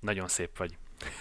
Nagyon szép vagy.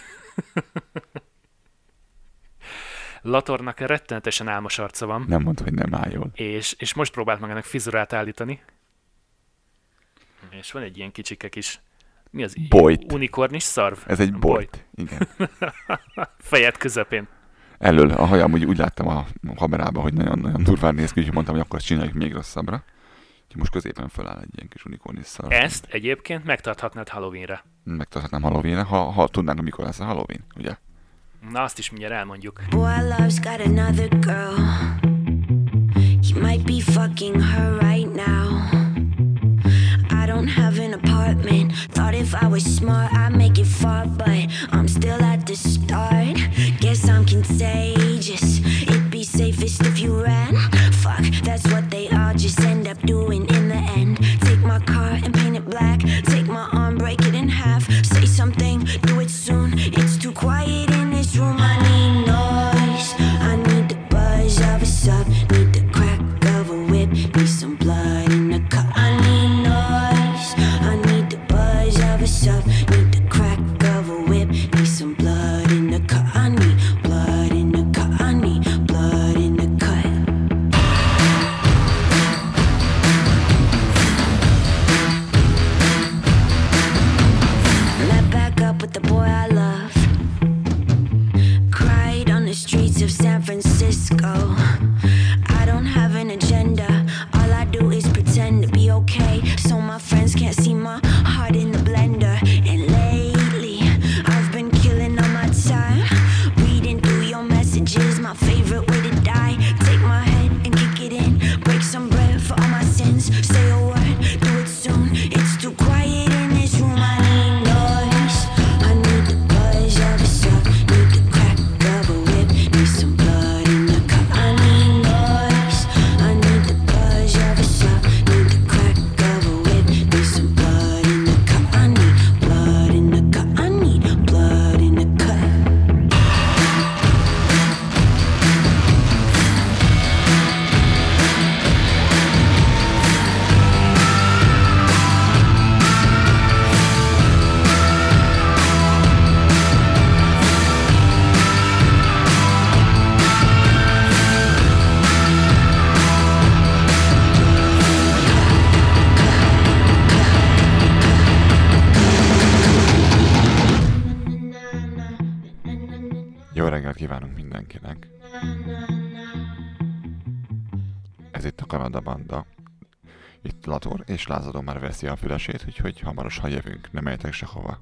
Latornak rettenetesen álmos arca van, Nem mondta, hogy nem áll jól. és most próbált magának fizurát állítani. És van egy ilyen kicsike kis... Mi az? Bojt. Unikornis szarv? Ez egy bojt. Igen. Fejed közepén. Elől a hajam úgy láttam a kamerában, hogy nagyon-nagyon durván néz ki, úgyhogy mondtam, hogy akkor ezt csináljuk még rosszabbra. Úgyhogy most középen föláll egy ilyen kis unikornis szarv. Ezt egyébként megtarthatnád Halloweenre. Megtarthatnám Halloweenre, ha tudnánk, mikor lesz a Halloween, ugye? Na, azt is mindjárt elmondjuk. Boy, love's got another girl. He might be fucking her right now. I don't have an apartment. Thought if I was smart, I'd make it far, but I'm still at the start. Guess I'm contagious. It'd be safest if you ran. Fuck, that's what they all just end up doing in the end. Take my car and paint it black. Take my arm, break it in half. Say something, do it soon. It's too quiet in this room. I need noise. I need the buzz of a sub. Need the crack of a whip. Need some blood in the cup. I need noise. I need the buzz of a sub. Need the crack of a whip. Need some blood in the cup. I need blood in the cup. I need blood in the cut. Met back up with the boy I love. Cried on the streets of San Francisco. I don't have an agenda. All I do is pretend to be okay, so my friends can't see my heart in the blender. And lately, I've been killing all my time, reading through your messages. My favorite way to die. Take my head and kick it in. Break some bread for all my sins. Say a word, do it soon. It's too quiet in this room. I need noise. I need the buzz of a sub. Need the crack of a whip. Need some blood in the cup. I need noise. I need the buzz of a sub. Need the crack of a whip. Need some blood in the cup. I need blood in the cup. I need blood in the cup. Jó reggelt kívánunk mindenkinek! Ez itt a Kanada Banda. Itt Lator és Lázadó már veszi a fülesét, úgyhogy hamarosan jövünk, nem menjetek sehova.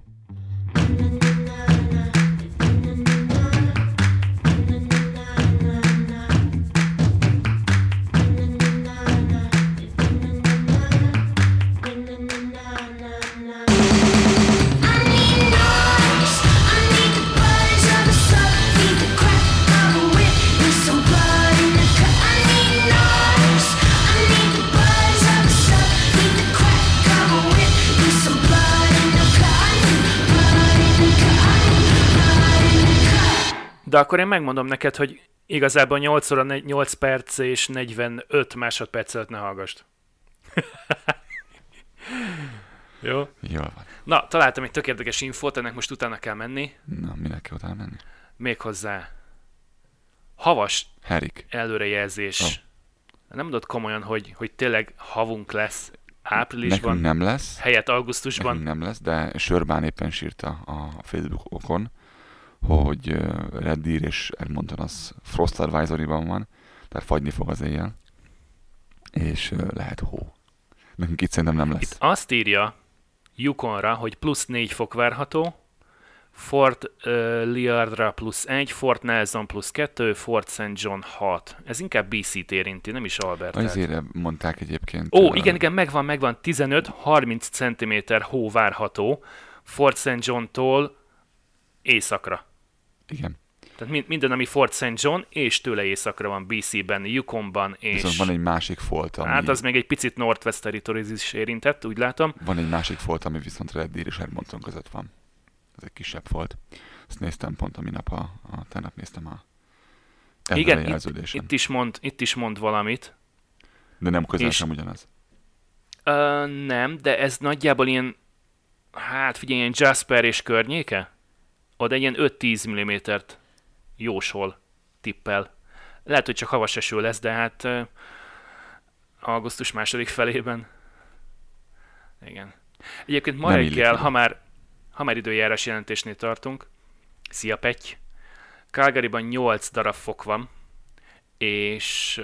De akkor én megmondom neked, hogy igazából 8 óra 8 perc és 45 másodperc előtt ne hallgassd. Jó? Jól van. Na, találtam egy tök érdekes infót, ennek most utána kell menni. Na, minek kell utána menni? Méghozzá havas Herik. előrejelzés. Oh. Nem mondod komolyan, hogy tényleg havunk lesz áprilisban, Nekünk nem lesz. helyett augusztusban. Nekünk nem lesz, de Sörbán éppen sírta a Facebookon, hogy Red Deer és Edmonton az Frost Advisory-ban van, tehát fagyni fog az éjjel, és lehet hó. Nekünk itt szerintem nem lesz. Itt azt írja Yukonra, hogy plusz 4 fok várható, Fort Liardra plusz 1, Fort Nelson plusz 2, Fort St. John 6. Ez inkább BC-t érinti, nem is Albertát. Azért mondták egyébként. Ó, igen, megvan. 15-30 cm hó várható Fort St. John-tól északra. Igen. Tehát minden, ami Fort St. John, és tőle északra van BC-ben, Yukonban, és... Viszont van egy másik folt, ami... Hát az még egy picit Northwest Territories is érintett, úgy látom. Van egy másik folt, ami viszont Red Deer és Edmonton között van. Ez egy kisebb folt. Ezt néztem pont a minap, tegnap néztem a igen, itt is mond valamit. De nem közel sem ugyanaz. Nem, de ez nagyjából ilyen Hát figyelj, ilyen Jasper és környéke? Oda ilyen 5-10 mm-t jósol tippel. Lehet, hogy csak havas eső lesz, de hát augusztus második felében. Igen. Egyébként ma Nem reggel, illik ha már időjárás jelentésnél tartunk, szia Petty! Calgaryban 8 darab fok van, és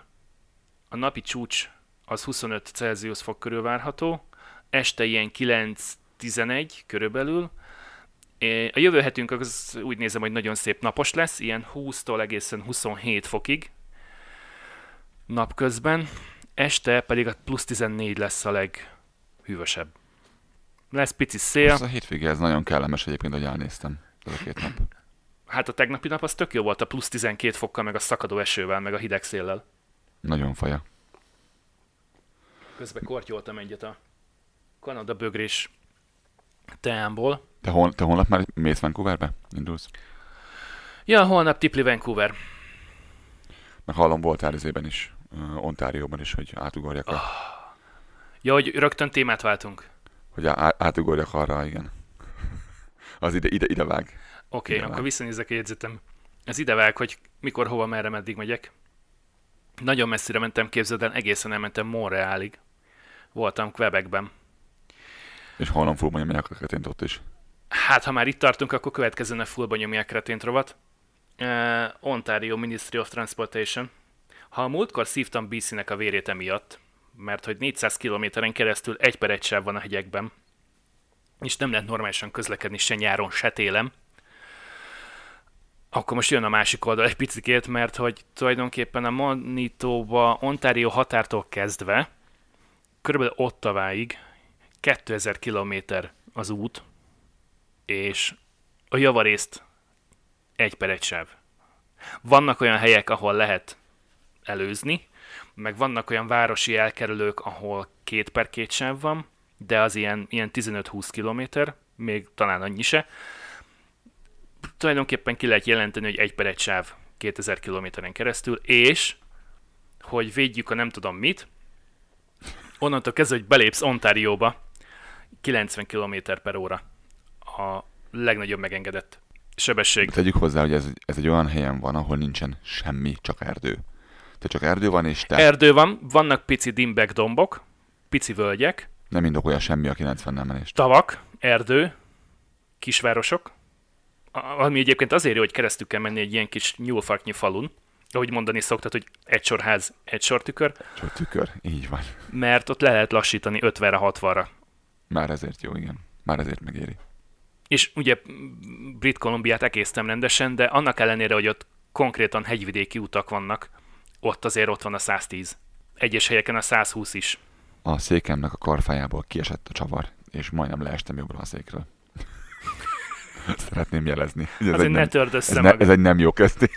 a napi csúcs az 25 Celsius fok körül várható, este ilyen 9-11 körülbelül. A jövő hetünk az úgy nézem, hogy nagyon szép napos lesz, ilyen 20-tól egészen 27 fokig napközben, este pedig a plusz 14 lesz a leghűvösebb. Lesz pici szél. Ez a hétvége, ez nagyon kellemes egyébként, hogy elnéztem ez a 2 nap. Hát a tegnapi nap az tök jó volt, a plusz 12 fokkal, meg a szakadó esővel, meg a hideg széllel. Nagyon faja. Közben kortyoltam egyet a Kanada bögrés teámból. Te holnap már mész Vancouverbe? Indulsz? Ja, holnap Tipli Vancouver. Meg hallom, voltál izében is, Ontárióban is, hogy átugorjak Ja, hogy rögtön témát váltunk. hogy átugorjak arra, igen. Az ide vág. Oké, akkor visszanézek a jegyzetem. Ez idevág, hogy mikor, hova, merre, meddig megyek. Nagyon messzire mentem, képzeld el, egészen elmentem Montrealig. Voltam Quebecben. És holnap fullban nyomják a kretént ott is. Hát, ha már itt tartunk, akkor következően a fullba nyomják kretént rovat. Ontario Ministry of Transportation. Ha a múltkor szívtam BC-nek a vérét emiatt, mert hogy 400 kilométeren keresztül 1/1 sáv van a hegyekben, és nem lehet normálisan közlekedni se nyáron, se télen, akkor most jön a másik oldal egy picikét, mert hogy tulajdonképpen a Manitoba, Ontario határtól kezdve körülbelül Ottaváig 2000 kilométer az út, és a javarészt 1/1 sáv. Vannak olyan helyek, ahol lehet előzni, meg vannak olyan városi elkerülők, ahol 2/2 sáv van, de az ilyen 15-20 kilométer, még talán annyi se. Tulajdonképpen ki lehet jelenteni, hogy 1/1 sáv 2000 kilométeren keresztül, és hogy védjük a nem tudom mit, onnantól kezdve, hogy belépsz Ontarióba, 90 km/h a legnagyobb megengedett sebesség. Tegyük hozzá, hogy ez egy olyan helyen van, ahol nincsen semmi, csak erdő. Tehát csak erdő van, és te... Erdő van, vannak pici dimbek dombok, pici völgyek, Nem indokolja semmi a 90-nel menést. tavak, erdő, kisvárosok, ami egyébként azért jó, hogy keresztül kell menni egy ilyen kis nyúlfarknyi falun, ahogy mondani szoktad, hogy egy sor ház, egy sor tükör, Csak tükör, így van. mert ott le lehet lassítani 50-re, 60-ra. Már ezért jó, igen. Már ezért megéri. És ugye Brit Columbiát egésztem rendesen, de annak ellenére, hogy ott konkrétan hegyvidéki utak vannak, ott van a 110. Egyes helyeken a 120 is. A székemnek a karfájából kiesett a csavar, és majdnem leestem jobbra a székről. Szeretném jelezni. Azért ne törd össze magad. Ez egy nem jó kezdés.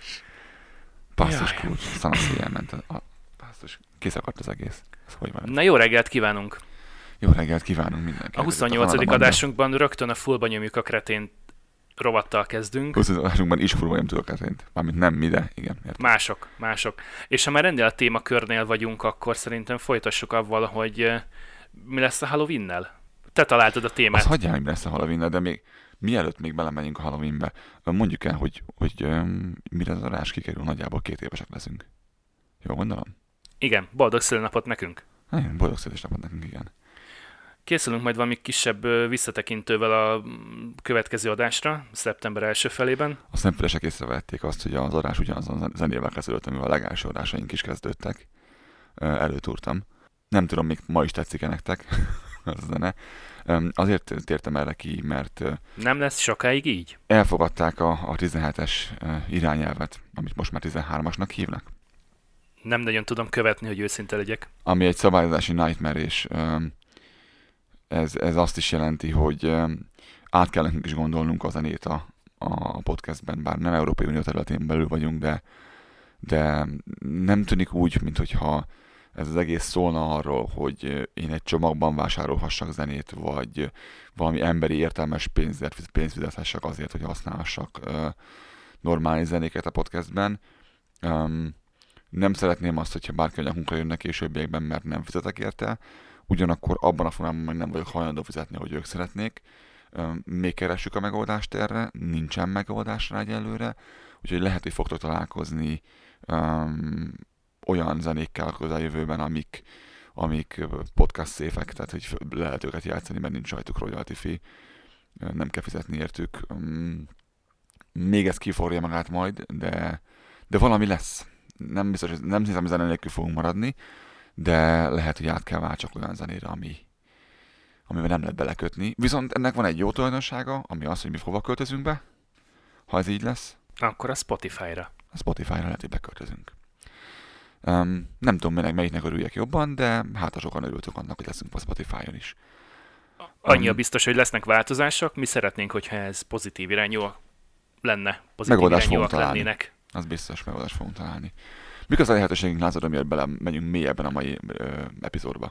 Basszus Jaj. kulcs, szanaszél elment. Basszus, kiszakadt az egész. Ez hogy van? Na jó reggelt kívánunk! Jó reggelt kívánunk mindenkinek. A 28. adásunkban rögtön a fullba nyomjuk a kretén rovattal kezdünk. 28. adásunkban is furva nem tudok kretént. Mármint nem mi, de igen. Értem. Mások. És ha már ennél a témakörnél vagyunk, akkor szerintem folytassuk avval, hogy mi lesz a Halloween-nel. Te találtad a témát. Azt hagyjál, hogy mi lesz a Halloween, de mielőtt még belemegyünk a Halloweenbe, mondjuk el, hogy mire az adás kikerül, nagyjából 2 évesek leszünk. Jó gondolom? Igen, boldog szülőnapot nekünk. Nagyon boldog születésnapot nekünk, igen. Készülünk majd valami kisebb visszatekintővel a következő adásra, szeptember első felében. A szemfülesek észrevették azt, hogy az adás ugyanazon a zenével kezdődött, amivel a legelső adásaink is kezdődtek. Előtúrtam. Nem tudom, még ma is tetszik-e nektek az a zene. Azért tértem erre ki, mert Nem lesz sokáig így? elfogadták a 17-es irányelvet, amit most már 13-asnak hívnak. Nem nagyon tudom követni, hogy őszinte legyek. Ami egy szabályozási nightmare, és ez azt is jelenti, hogy át kell nekünk is gondolnunk a zenét a podcastben, bár nem Európai Unió területén belül vagyunk, de nem tűnik úgy, mintha ez az egész szólna arról, hogy én egy csomagban vásárolhassak zenét, vagy valami emberi értelmes pénzt fizethessek azért, hogy használhassak normális zenéket a podcastben. Nem szeretném azt, hogyha bárki a nyakunkra jönnek későbbiekben, mert nem fizetek érte. ugyanakkor abban a formában meg nem vagyok hajlandó fizetni, hogy ők szeretnék. Még keressük a megoldást erre, nincsen megoldás rá egyelőre, úgyhogy lehet, hogy fogtok találkozni olyan zenékkel a közeljövőben, amik podcast széfek, tehát hogy lehet őket játszani, mert nincs rajtuk royalty fee, nem kell fizetni értük. Még ez kiforja magát majd, de valami lesz. Nem biztos, nem hiszem, hogy zene nélkül fogunk maradni, de lehet, hogy át kell váltsak olyan zenére, amivel nem lehet belekötni. Viszont ennek van egy jó tulajdonsága, ami az, hogy mi hova költözünk be, ha ez így lesz. Akkor a Spotify-ra. A Spotify-ra lehet, hogy beköltözünk. Nem tudom, melyiknek örüljek jobban, de hát sokan örültök annak, hogy leszünk a Spotify-on is. Annyi a biztos, hogy lesznek változások, mi szeretnénk, hogyha ez pozitív irányú lenne, pozitív irányúak lennének. Az biztos, megoldást fogunk találni. Mik az a lehetőségünk, Lázadó, miért belemegyünk mélyebben a mai epizódba?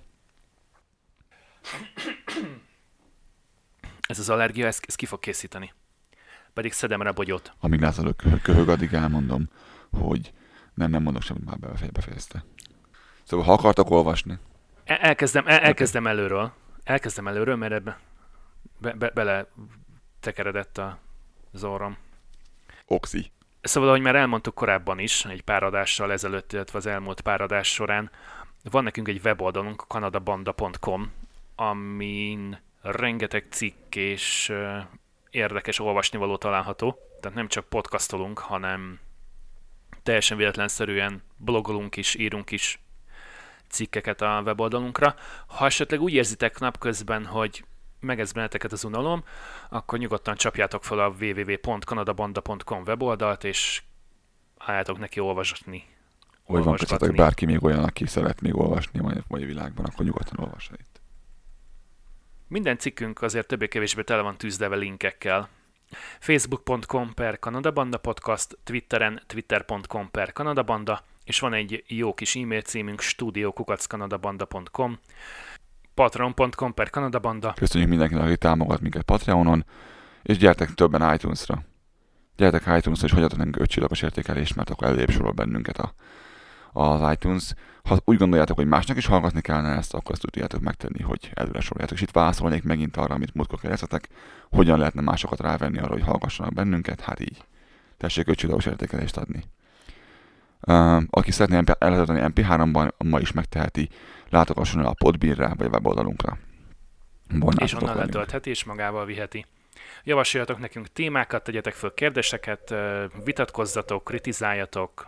Ez az allergia, ez ki fog készíteni. Pedig szedem rá bogyót. Amíg Lázadó köhög, addig elmondom, hogy nem mondok semmit, már befejezte. Szóval, ha akartak olvasni. Elkezdem előről. Mert ebbe bele tekeredett az orrom. Oxi. Szóval, ahogy már elmondtuk korábban is, egy pár adással ezelőtt, illetve az elmúlt pár adás során, van nekünk egy weboldalunk, kanadabanda.com, amin rengeteg cikk és érdekes olvasnivaló található. Tehát nem csak podcastolunk, hanem teljesen véletlenszerűen blogolunk is, írunk is cikkeket a weboldalunkra. Ha esetleg úgy érzitek napközben, hogy megez benneteket az unalom, akkor nyugodtan csapjátok fel a www.kanadabanda.com weboldalt, és álljátok neki olvasni. Hogy van köztetek bárki még olyan, aki szeret még olvasni a mai világban, akkor nyugodtan olvassa itt. Minden cikkünk azért többé-kevésbé tele van tűzdelve linkekkel. facebook.com/kanadabanda podcast, Twitteren twitter.com/kanadabanda, és van egy jó kis e-mail címünk studio@kanadabanda.com, patreon.com/kanadabanda. Köszönjük mindenkinek, aki támogat minket Patreonon, és gyertek többen iTunes-ra. Gyertek iTunes-ra, és hagyjatok nekünk 5 csillagos értékelést, mert akkor előrébb sorol bennünket az iTunes. Ha úgy gondoljátok, hogy másnak is hallgatni kellene ezt, akkor azt tudjátok megtenni, hogy előre soroljátok. És itt válaszolnék megint arra, amit múltkor kérdeztetek, hogyan lehetne másokat rávenni arra, hogy hallgassanak bennünket, hát így. Tessék 5 csillagos értékelést adni. Aki szeretné elhetőteni MP3-ban, ma is megteheti, látogasson el a Podbeanre, vagy a weboldalunkra. És onnan letöltheti, és magával viheti. Javasoljatok nekünk témákat, tegyetek föl kérdéseket, vitatkozzatok, kritizáljatok.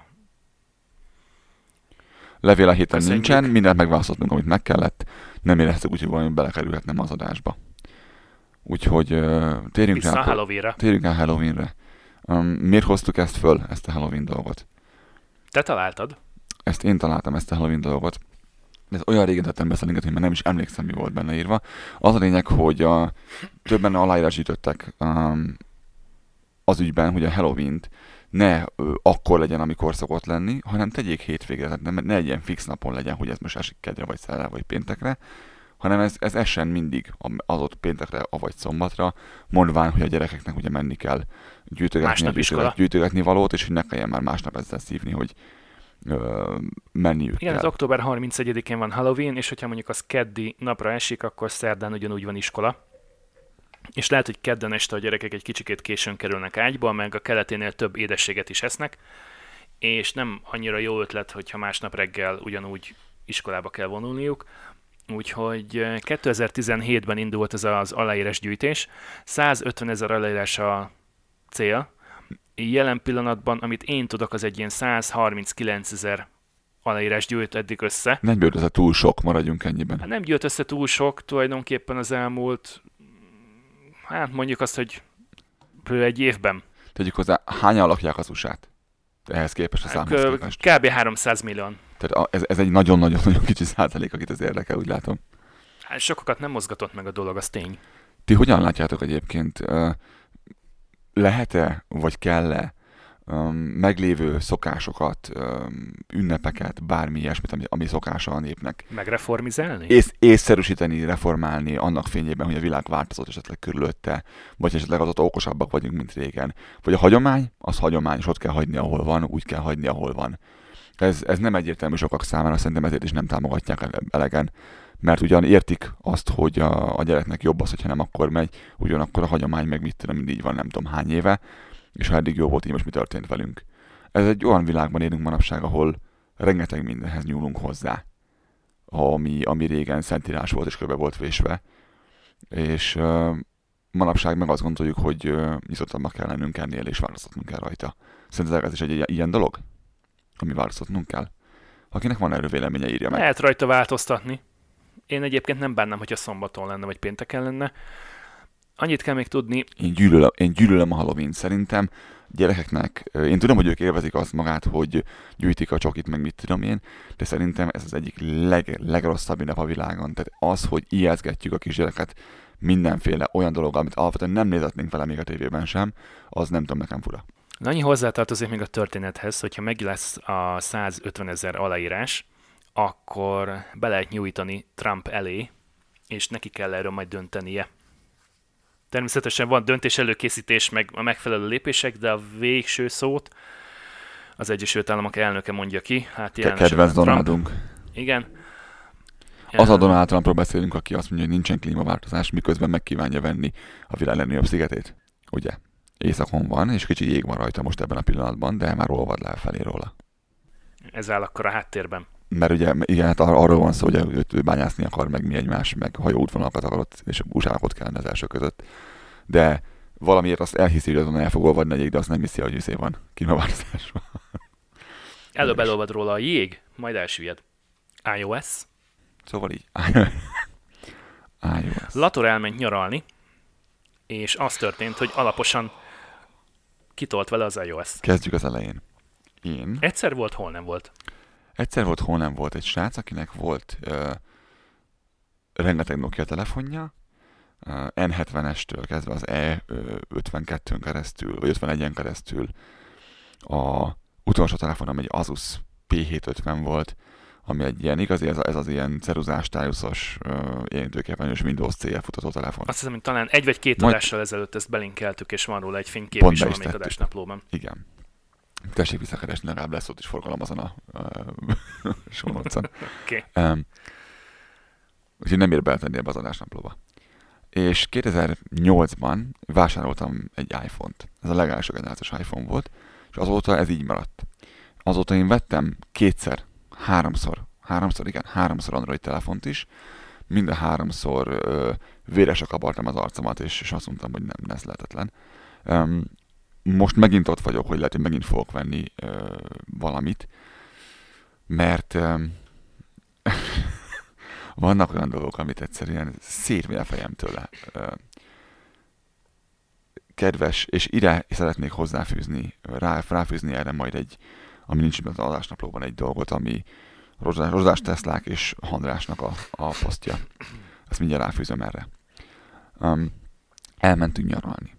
Levél a héten nincsen, mindent megválaszoltunk, amit meg kellett. Nem éreztük úgy, hogy valami belekerülhetne az adásba. Úgyhogy térjünk rá Halloweenre. Miért hoztuk ezt föl, ezt a Halloween dolgot? Te találtad? Ezt én találtam, ezt a Halloween dolgot. Ez olyan régen tettem beszélni, hogy már nem is emlékszem, mi volt benne írva. Az a lényeg, hogy többen aláírás gyűjtöttek az ügyben, hogy a Halloween-t ne akkor legyen, amikor szokott lenni, hanem tegyék hétvégre, tehát ne egy ilyen fix napon legyen, hogy ez most esik kedre, vagy szerre, vagy péntekre, hanem ez essen mindig az ott péntekre, vagy szombatra, mondván, hogy a gyerekeknek ugye menni kell gyűjtögetni valót, és hogy ne kelljen már másnap ezzel szívni, hogy menniük igen, kell. Az október 31-én van Halloween, és hogyha mondjuk az keddi napra esik, akkor szerdán ugyanúgy van iskola. És lehet, hogy kedden este a gyerekek egy kicsikét későn kerülnek ágyba, meg a keleténél több édességet is esznek, és nem annyira jó ötlet, hogyha másnap reggel ugyanúgy iskolába kell vonulniuk. Úgyhogy 2017-ben indult ez az aláírás gyűjtés. 150 000 aláírás a cél. Jelen pillanatban, amit én tudok, az egy ilyen 139 000 aláírás gyűjt eddig össze. Nem gyűjt össze túl sok, maradjunk ennyiben. Hát nem gyűjt össze túl sok, tulajdonképpen az elmúlt, hát mondjuk azt, hogy egy évben. Tegyük hozzá, hányan lakják az USA-t? Ehhez képest a számhoz képest. Kb. 300 millió. Tehát ez egy nagyon-nagyon kicsi százalék, akit az érdekel, úgy látom. Hát sokakat nem mozgatott meg a dolog, az tény. Ti hogyan látjátok egyébként? Lehet-e, vagy kell-e meglévő szokásokat, ünnepeket, bármi ilyesmit, ami szokása a népnek? Megreformizálni? Észszerűsíteni, reformálni annak fényében, hogy a világ változott esetleg körülötte, vagy esetleg azóta okosabbak vagyunk, mint régen. Vagy a hagyomány, az hagyomány, és ott kell hagyni, ahol van, úgy kell hagyni, ahol van. Ez nem egyértelmű sokak számára, szerintem ezért is nem támogatják elegen. mert ugyan értik azt, hogy a gyereknek jobb az, hogyha nem akkor megy, ugyanakkor a hagyomány meg mit tudom, mindig van nem tudom hány éve, és ha eddig jó volt, így most mi történt velünk. Ez egy olyan világban élünk manapság, ahol rengeteg mindenhez nyúlunk hozzá, ami régen szentírás volt és körbe volt vésve. És manapság meg azt gondoljuk, hogy nyitottabbnak kell lennünk ennél, és változtatnunk kell rajta. Szerinted ez is egy ilyen dolog, ami változtatnunk kell? Akinek van erről véleménye, írja meg. Lehet rajta változtatni. Én egyébként nem bánnám, hogyha szombaton lenne, vagy pénteken lenne. Annyit kell még tudni... Én gyűlölöm a Halloween. Szerintem gyerekeknek, én tudom, hogy ők élvezik azt magát, hogy gyűjtik a csokit, meg mit tudom én, de szerintem ez az egyik legrosszabb nap a világon. Tehát az, hogy ijesztgetjük a kisgyereket mindenféle olyan dologgal, amit alapvetően nem nézhetnénk vele még a tévében sem, az nem tudom, nekem fura. Na, annyi hozzátartozik még a történethez, hogyha meg lesz a 150 000 aláírás, akkor be lehet nyújtani Trump elé, és neki kell erről majd döntenie. Természetesen van döntés előkészítés, meg a megfelelő lépések, de a végső szót az Egyesült Államok elnöke mondja ki. Hát kedvenc Donaldunk. Igen. Az a Donald Trumpról beszélünk, aki azt mondja, hogy nincsen klímaváltozás, miközben megkívánja venni a világ legnagyobb szigetét. Ugye? Északon van, és kicsi jég van rajta most ebben a pillanatban, de már olvad le felé róla. Ez áll akkor a háttérben. Mert ugye, igen, hát arról van szó, hogy ő bányászni akar, meg mi egymás, meg hajóútvonalakat akarott, és újságot kellene az első között. De valamiért azt elhiszi, hogy azon el fog olvadni egyik, de azt nem hiszi, hogy van, klímaváltozás van. Előbb elolvad róla a jég, majd elsüllyed. iOS. Szóval így. iOS. Lator elment nyaralni, és az történt, hogy alaposan kitolt vele az iOS. Kezdjük az elején. Egyszer volt, hol nem volt. Hol nem volt egy srác, akinek volt rengeteg Nokia telefonja, N70-estől kezdve az E52-n keresztül, vagy 51-en keresztül. A utolsó telefonom egy Asus P750 volt, ami egy ilyen igazi, ez az ilyen ceruzás, tájuszos, érintőképernyős Windows CE futató telefon. Azt hiszem, hogy talán egy vagy két adással ezelőtt ezt belinkeltük, és van róla egy fénykép is valamelyik adásnaplóban. Igen. Tessék visszakeresni, legalább lesz ott is forgalom azon a sonocon. Oké. Úgyhogy nem ér beletenni ebbe az adásnaplóba. És 2008-ban vásároltam egy iPhone-t. Ez a legelső generációs iPhone volt, és azóta ez így maradt. Azóta én vettem háromszor Android telefont is, mind a háromszor véresre kapartam az arcomat, és azt mondtam, hogy nem, ez lehetetlen. Most megint ott vagyok, hogy lehet, hogy megint fogok venni valamit, mert vannak olyan dolgok, amit egyszerűen szétmegy a fejem tőle. Kedves, és ide szeretnék hozzáfűzni, ráfűzni erre majd egy, ami nincs az adásnaplóban, egy dolgot, ami Rozsás Teslák és Andrásnak a posztja. Ezt mindjárt ráfűzöm erre. Elmentünk nyaralni.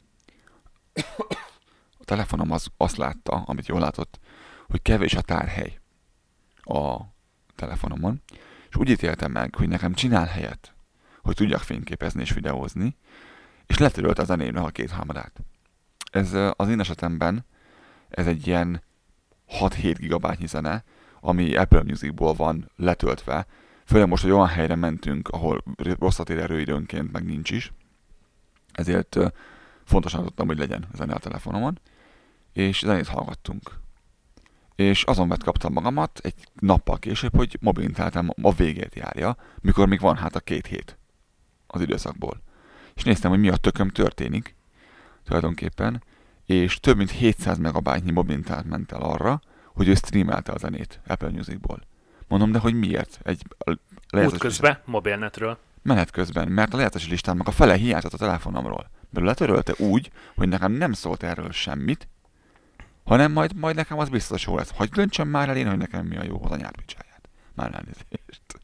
A telefonom azt látta, amit jól látott, hogy kevés a tárhely a telefonomon, és úgy ítéltem meg, hogy nekem csinál helyet, hogy tudjak fényképezni és videózni, és letörölte a zenémnek a 2/3. Ez az én esetemben ez egy ilyen 6-7 gigabájtnyi zene, ami Apple Musicból van letöltve, főleg most, hogy olyan helyre mentünk, ahol rosszat ér erőidőnként, meg nincs is, ezért fontosan tudtam, hogy legyen zene a telefonomon, és zenét hallgattunk. És azon kaptam magamat egy nappal később, hogy mobilintáltam a végét járja, mikor még van hát a 2 hét az időszakból. És néztem, hogy mi a tököm történik tulajdonképpen, és több mint 700 megabájtnyi mobilintát ment el arra, hogy ő streamelte a zenét Apple Musicból. Mondom, de hogy miért? Útközben, mobilnetről. Menet közben, mert a lejátszási listámnak a fele hiányzott a telefonomról. Mert letörölte úgy, hogy nekem nem szólt erről semmit, hanem majd nekem az biztos jó lesz. Hogy döntsön már el én, hogy nekem mi a jó, az a nyárpicsáját. Már elnézést.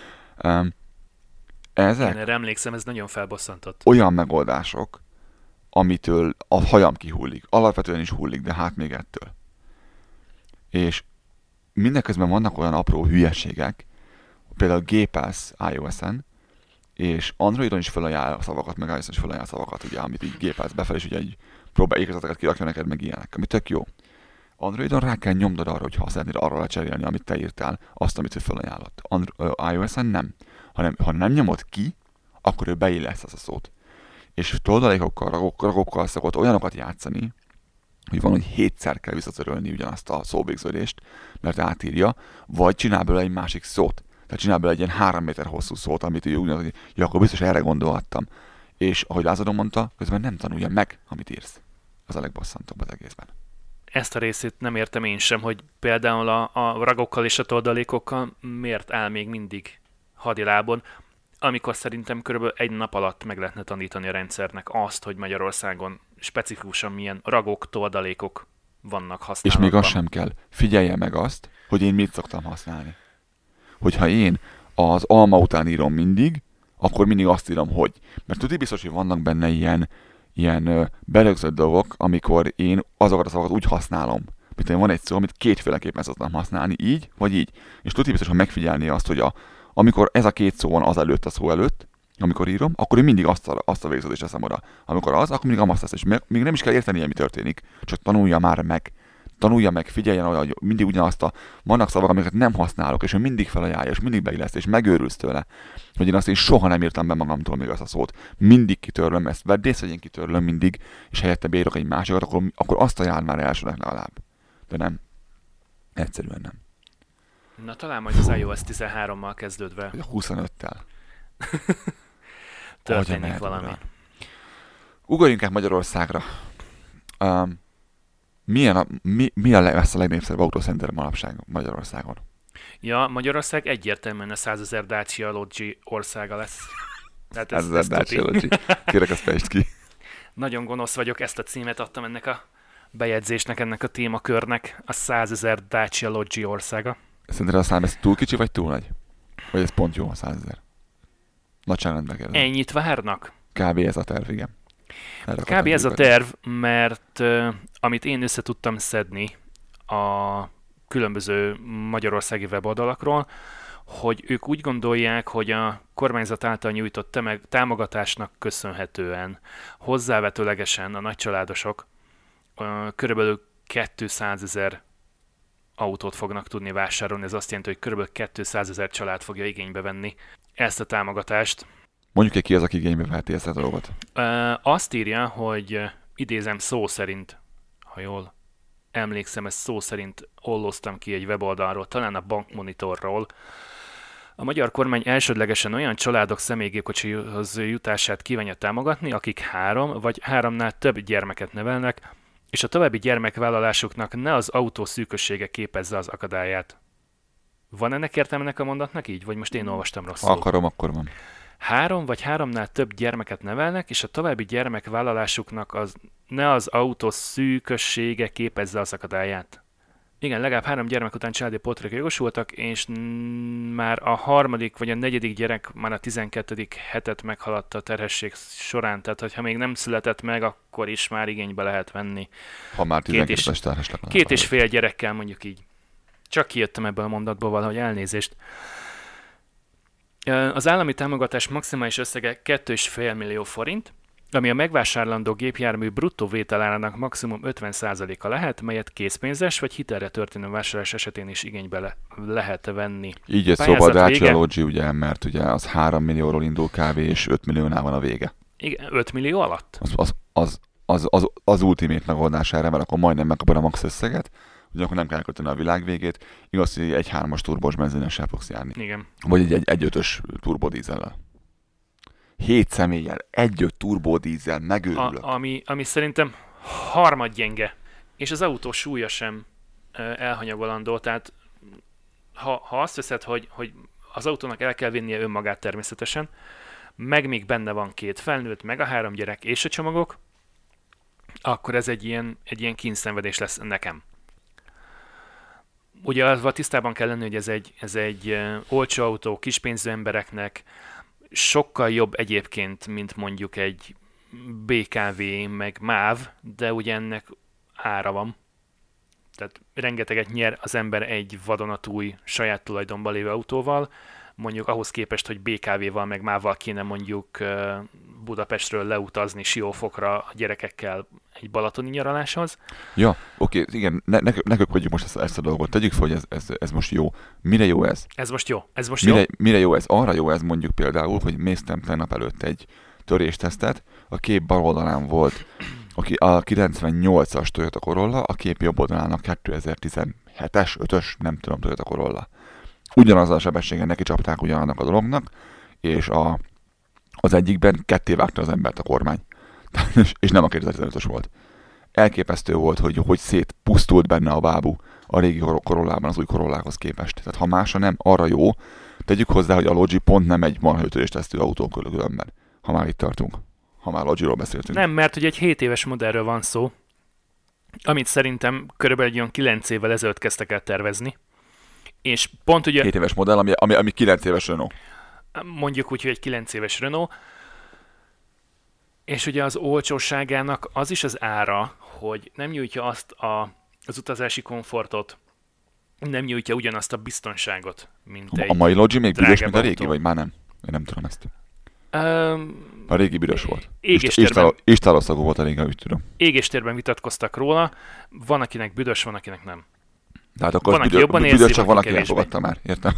Ezek én erre emlékszem, ez nagyon felbosszantott. olyan megoldások, amitől a hajam kihullik. Alapvetően is hullik, de hát még ettől. És mindeközben vannak olyan apró hülyeségek, például G-Pass iOS-en, és Androidon is felajánl a szavakat, meg iOS-on is felajánl a szavakat, ugye, amit így G-Pass befelé, és ugye egy próbál ékezeteket kirakja neked, meg ilyenek, ami tök jó. Androidon rá kell nyomnod arra, hogy ha szeretnéd arra lecserélni, amit te írtál, azt, amit ő felajánlott. iOS-en nem. hanem ha nem nyomod ki, akkor ő beillesz az a szót. És toldalékokkal, ragokkal szokott olyanokat játszani, hogy van, hogy 7-szer kell visszatörölni ugyanazt a szóvégződést, mert átírja, vagy csinál belőle egy másik szót. Tehát csinál belőle egy ilyen 3 méter hosszú szót, amit ő úgy mondja, hogy ja, akkor biztos erre gondolhattam. És ahogy Lázadon mondta, közben nem tanulja meg, amit írsz. Az a legbosszantóbb az egészben. Ezt a részét nem értem én sem, hogy például a ragokkal és a toldalékokkal miért áll még mindig hadilábon, amikor szerintem körülbelül egy nap alatt meg lehetne tanítani a rendszernek azt, hogy Magyarországon specifikusan milyen ragok, toldalékok vannak használatban. És még az sem kell. Figyelje meg azt, hogy én mit szoktam használni. Hogyha én az alma után írom mindig, akkor mindig azt írom, hogy. Mert tudni biztos, hogy vannak benne ilyen berögzött dolgok, amikor én azokat a szavakat úgy használom. Mint van egy szó, amit kétféleképpen szoktam használni, így vagy így. És tudni biztos, hogy megfigyelni azt, hogy amikor ez a két szó van azelőtt a szó előtt, amikor írom, akkor én mindig azt a végződést teszem oda. Amikor az, akkor mindig azt tesz. És még nem is kell értenie, mi történik. Csak tanulja már meg. Tanulja meg, figyeljen oda, hogy mindig ugyanazt vannak szavak, amiket nem használok, és ő mindig felajánlja, és mindig beilleszt, és megőrülsz tőle. Hogy én soha nem írtam be magamtól még azt a szót. Mindig kitörlöm ezt, vedd észre, hogy én kitörlöm mindig, és helyette beírok egy másikat, akkor azt ajánl már elsőnek legalább. De nem. Egyszerűen nem. Na talán majd az iOS 13-mal kezdődve. Vagy a 25-tel. Történik valami. Ugorjunk át Magyarországra. Mi lesz a legnépszerűbb autócenter manapság Magyarországon? Ja, Magyarország egyértelműen a 100 000 Dacia Logi országa lesz. 100 000 Dacia Logi. Kérek, azt fejtsd ki. Nagyon gonosz vagyok, ezt a címet adtam ennek a bejegyzésnek, ennek a témakörnek. A 100 000 Dacia Logi országa. Szerinted a szám ez túl kicsi vagy túl nagy? Vagy ez pont jó a 100 000? Nagyságrendben kérdezem. Ennyit várnak? Kb. Ez a terv, igen. Kb. Ez a terv, mert amit én össze tudtam szedni a különböző magyarországi weboldalakról, hogy ők úgy gondolják, hogy a kormányzat által nyújtott támogatásnak köszönhetően hozzávetőlegesen a nagycsaládosok körülbelül 200 000 autót fognak tudni vásárolni. Ez azt jelenti, hogy körülbelül 200 000 család fogja igénybe venni ezt a támogatást. Mondjuk ki az, aki igénybe veheti ezt a dolgot. Azt írja, hogy idézem szó szerint, ha jól emlékszem, ezt szó szerint olloztam ki egy weboldalról, talán a Bankmonitorról. A magyar kormány elsődlegesen olyan családok személygépkocsihoz jutását kívánja támogatni, akik 3 vagy 3-nál több gyermeket nevelnek, és a további gyermekvállalásuknak ne az autó szűkössége képezze az akadályát. Van ennek értelmenek a mondatnak így? Vagy most én olvastam rosszul? Ha akarom, akkor van. 3 vagy 3-nál több gyermeket nevelnek, és a további gyermekvállalásuknak ne az autó szűkössége képezze az akadályát. Igen, legalább 3 gyermek után családi pótlékra jogosultak, és már a 3. vagy a 4. gyerek már a 12. hetet meghaladta a terhesség során, tehát hogyha még nem született meg, akkor is már igénybe lehet venni. Ha már 12-es terhesleg. 2,5 gyerekkel, mondjuk így. Csak kijöttem ebből a mondatból valahogy, elnézést. Az állami támogatás maximális összege 2,5 millió forint, ami a megvásárlandó gépjármű bruttó vételárának maximum 50%-a lehet, melyet készpénzes vagy hitelre történő vásárlás esetén is igénybe lehet venni. Így egy szóba a Dacia Logi, ugye, mert ugye az 3 millióról indul kb. És 5 milliónál van a vége. Igen, 5 millió alatt? Az ultimate megoldás erre, mert akkor majdnem megkapod a max összeget, ugyanakkor nem kell kötni a világ végét. Igaz, hogy egy 3-as turbós benzinessel fogsz járni. Igen. Vagy egy 1.5-ös turbodízellel. 7 személlyel, 1.5 turbodízzel, megőrülök. Ami szerintem harmadgyenge. És az autó súlya sem elhanyagolandó. Tehát ha azt veszed, hogy az autónak el kell vinnie önmagát természetesen, meg még benne van 2 felnőtt, meg a 3 gyerek és a csomagok, akkor ez egy ilyen kínszenvedés lesz nekem. Ugye azzal tisztában kell lenni, hogy ez egy olcsó autó, kispénzű embereknek, sokkal jobb egyébként, mint mondjuk egy BKV, meg MÁV, de ugye ennek ára van. Tehát rengeteget nyer az ember egy vadonatúj, saját tulajdonban lévő autóval, mondjuk ahhoz képest, hogy BKV-val, meg MÁV-val kéne mondjuk Budapestről leutazni Siófokra a gyerekekkel egy balatoni nyaraláshoz. Ja, oké, igen, ne köpködjük most ezt a dolgot. Tegyük fel, hogy ez most jó. Mire jó ez? Ez most jó. Mire jó ez? Arra jó ez mondjuk például, hogy néztem tegnap előtt egy töréstesztet, a kép bal oldalán volt a 98-as Toyota Corolla, a kép jobb oldalán a 2017-es, 5-ös, nem tudom, Toyota Corolla. Ugyanazzal a sebességen neki csapták ugyanannak a dolognak, és az egyikben ketté vágta az embert a kormány. És nem a 2015-ös volt. Elképesztő volt, hogy szétpusztult benne a bábú a régi Corollában az új Corollához képest. Tehát ha másra nem, arra jó. Tegyük hozzá, hogy a Logi pont nem egy marhaütős-tesztű autó különben, ha már itt tartunk. Ha már Logiról beszéltünk. Nem, mert ugye egy 7 éves modellről van szó, amit szerintem körülbelül 9 évvel ezelőtt kezdtek el tervezni. És pont ugye... 7 éves modell, ami 9 éves Renault. Mondjuk úgy, hogy egy 9 éves Renault. És ugye az olcsóságának az is az ára, hogy nem nyújtja azt az utazási komfortot, nem nyújtja ugyanazt a biztonságot, mint egy A mai Logi még büdös, mint a régi, autó. vagy már nem? Én nem tudom ezt. A régi büdös volt. Égéstérben Istáloszagú volt a régi, úgy tudom. Égéstérben vitatkoztak róla, van akinek büdös, van akinek nem. Tehát akkor Van, aki jobban érzi, büdös, csak van, van, aki aki kevésbé. elfogadta már. Értem?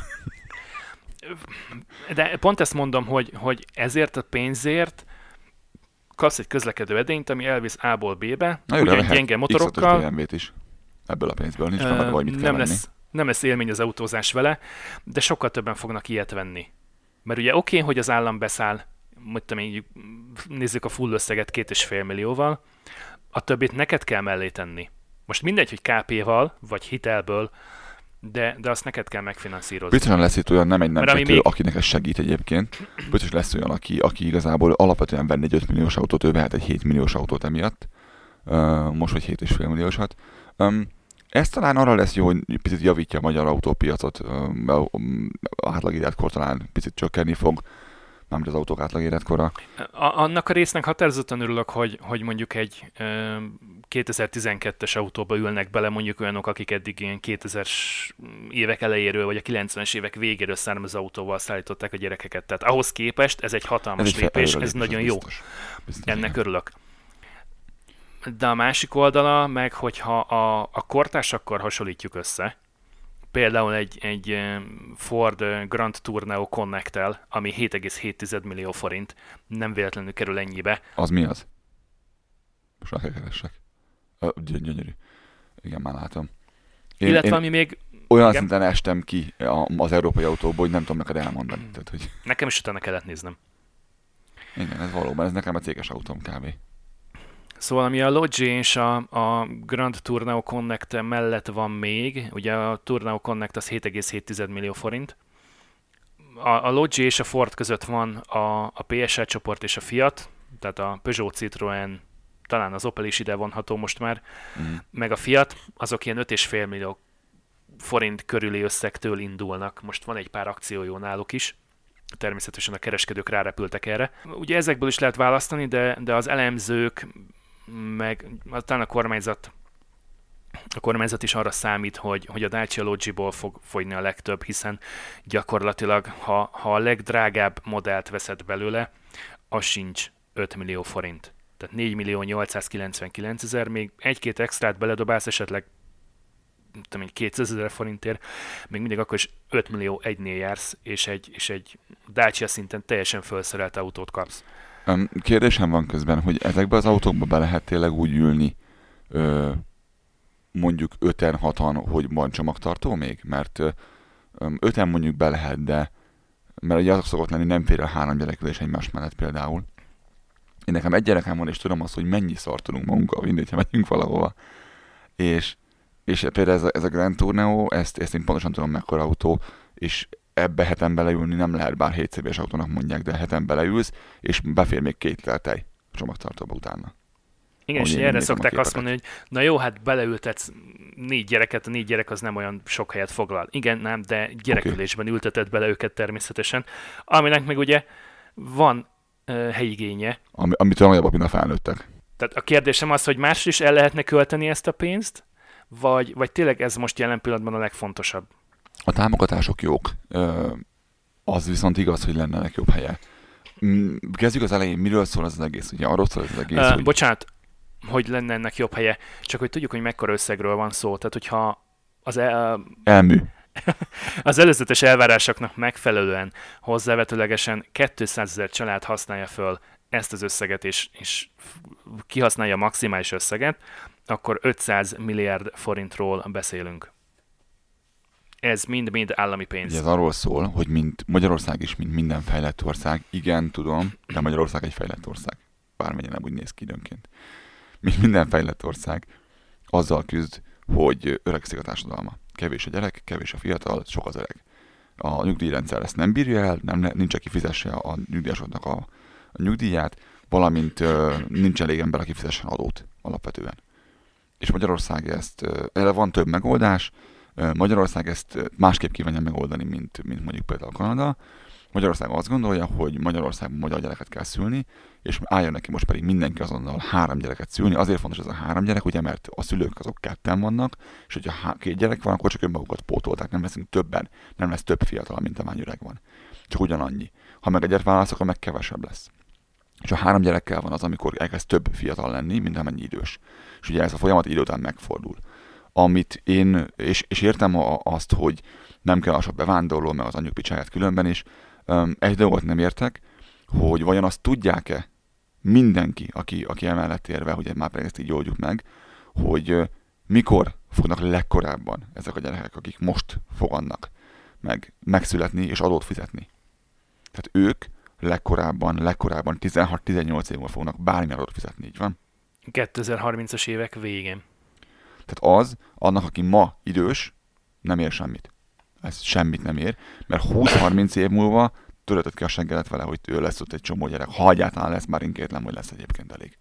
De pont ezt mondom, hogy ezért a pénzért kapsz egy közlekedő edényt, ami elvisz A-ból B-be, Na jó, ugyan lehet gyenge motorokkal. X5-ös BMW-t is. Ebből a pénzből nincs meg, vagy mit kell venni. Nem lesz élmény az autózás vele, de sokkal többen fognak ilyet venni. Mert ugye oké, hogy az állam beszáll, nézzük a full összeget 2,5 millióval, a többit neked kell mellé tenni. Most mindegy, hogy KP-val, vagy hitelből, de azt neked kell megfinanszírozni. Biztosan lesz itt olyan nem még... akinek ez segít egyébként. Biztos lesz olyan, aki igazából alapvetően venne egy 5 milliós autót, ő vehet egy 7 milliós autót emiatt. Most vagy 7,5 milliósat. Ez talán arra lesz jó, hogy picit javítja a magyar autópiacot. A átlagéletkor talán picit csökkenni fog. Nem az autók átlagéletkora. Annak a résznek határozottan örülök, hogy mondjuk egy 2012-es autóba ülnek bele mondjuk olyanok, akik eddig ilyen 2000-es évek elejéről, vagy a 90-es évek végéről származó autóval szállították a gyerekeket. Tehát ahhoz képest ez egy hatalmas lépés, ez nagyon jó. Biztos, ennek örülök. De a másik oldala meg, hogyha a kortársakkal hasonlítjuk össze, például egy Ford Grand Tourneo Connect-tel, ami 7,7 millió forint, nem véletlenül kerül ennyibe. Az mi az? Most már keresek. Gyönyörű. Igen, már látom. Illetve ami még... Olyan igen? szinten estem ki az európai autóból, hogy nem tudom neked elmondani. Tehát, hogy... Nekem is utána kellett néznem. Igen, ez valóban, ez nekem a céges autóm kb. Szóval ami a Logi és a Grand Tourneo Connect mellett van még, ugye a Tourneo Connect az 7,7 millió forint. A Logi és a Ford között van a PSA csoport és a Fiat, tehát a Peugeot, Citroën, talán az Opel is ide vonható most már, meg a Fiat, azok ilyen 5,5 millió forint körüli összegtől indulnak. Most van egy pár akciójó náluk is. Természetesen a kereskedők rárepültek erre. Ugye ezekből is lehet választani, de az elemzők, meg talán a kormányzat is arra számít, hogy a Dacia Logiból fog fogyni a legtöbb, hiszen gyakorlatilag, ha a legdrágább modellt veszed belőle, az sincs 5 millió forint. Tehát 4 millió 899 000, még egy-két extrát beledobálsz esetleg 200 000 forintért, még mindig akkor is 5 millió egynél jársz, és egy Dacia szinten teljesen felszerelt autót kapsz. Kérdésem van közben, hogy ezekbe az autókba be lehet tényleg úgy ülni, mondjuk 5-en, 6-an, hogy van csomagtartó még? Mert 5-en mondjuk be lehet, de mert ugye azok szokott lenni, nem fér el 3 gyerekülés egymás mellett például. Én nekem egy gyerekem van, és tudom azt, hogy mennyi szart tudunk magunkkal vinni, ha megyünk valahova. És például ez a Grand Tourneo, ezt én pontosan tudom, mekkora autó, és ebbe heten beleülni nem lehet, bár 7 széves autónak mondják, de heten beleülsz, és befér még 2 liter tej a csomagtartóba utána. Igen, és erre szokták azt mondani, hogy na jó, hát beleültetsz 4 gyereket, a 4 gyerek az nem olyan sok helyet foglal. Igen, nem, de gyerekülésben ülteted bele őket természetesen, aminek meg ugye van helyigénye. Amitől nagyobbak, mint a felnőttek. Tehát a kérdésem az, hogy másra is el lehetne költeni ezt a pénzt, vagy tényleg ez most jelen pillanatban a legfontosabb? A támogatások jók. Az viszont igaz, hogy lenne jobb helye. Kezdjük az elején, miről szól ez az egész? Ugye arról szól ez az egész, hogy... Bocsánat, hogy lenne ennek jobb helye, csak hogy tudjuk, hogy mekkora összegről van szó. Tehát, hogyha Elmű. az előzetes elvárásoknak megfelelően hozzávetőlegesen 200 000 család használja föl ezt az összeget, és kihasználja a maximális összeget, akkor 500 milliárd forintról beszélünk. Ez mind-mind állami pénz. Ugye ez arról szól, hogy mint Magyarország is, mint minden fejlett ország, igen, tudom, de Magyarország egy fejlett ország. Bármennyire nem úgy néz ki időnként. Mint minden fejlett ország, azzal küzd, hogy öregszik a társadalma. Kevés a gyerek, kevés a fiatal, sok az öreg. A nyugdíjrendszer ezt nem bírja el, nincs, aki fizesse a nyugdíjasoknak a nyugdíját, valamint nincs elég ember, aki fizessen adót alapvetően. És Magyarország erre van több megoldás, Magyarország ezt másképp kívánja megoldani, mint mondjuk például Kanada. Magyarország azt gondolja, hogy Magyarországban magyar gyereket kell szülni, és álljon neki most pedig mindenki azonnal 3 gyereket szülni. Azért fontos ez a 3 gyerek, ugye, mert a szülők azok 2 vannak, és hogyha 2 gyerek van, akkor csak önmagukat pótolták, nem leszünk többen, nem lesz több fiatal, mint amány öreg van. Csak ugyanannyi. Ha meg egyet válasz, akkor meg kevesebb lesz. És a 3 gyerekkel van az, amikor elkezd több fiatal lenni, mint amennyi idős. És ugye ez a folyamat idő után megfordul. Amit én, és értem azt, hogy nem kell a sok bevándorló, meg az anyjuk picsáját különben is, egy dolgot nem értek, hogy vajon azt tudják-e mindenki, aki emellett érve, hogy már pedig ezt így oldjuk meg, hogy mikor fognak legkorábban ezek a gyerekek, akik most fogadnak megszületni és adót fizetni. Tehát ők legkorábban 16-18 év múlva fognak bármilyen adót fizetni, így van? 2030-as évek végén. Tehát annak, aki ma idős, nem ér semmit. Ez semmit nem ér, mert 20-30 év múlva törötött ki a seggelet vele, hogy ő lesz ott egy csomó gyerek. Ha egyáltalán lesz, már én kétlem, hogy lesz egyébként elég.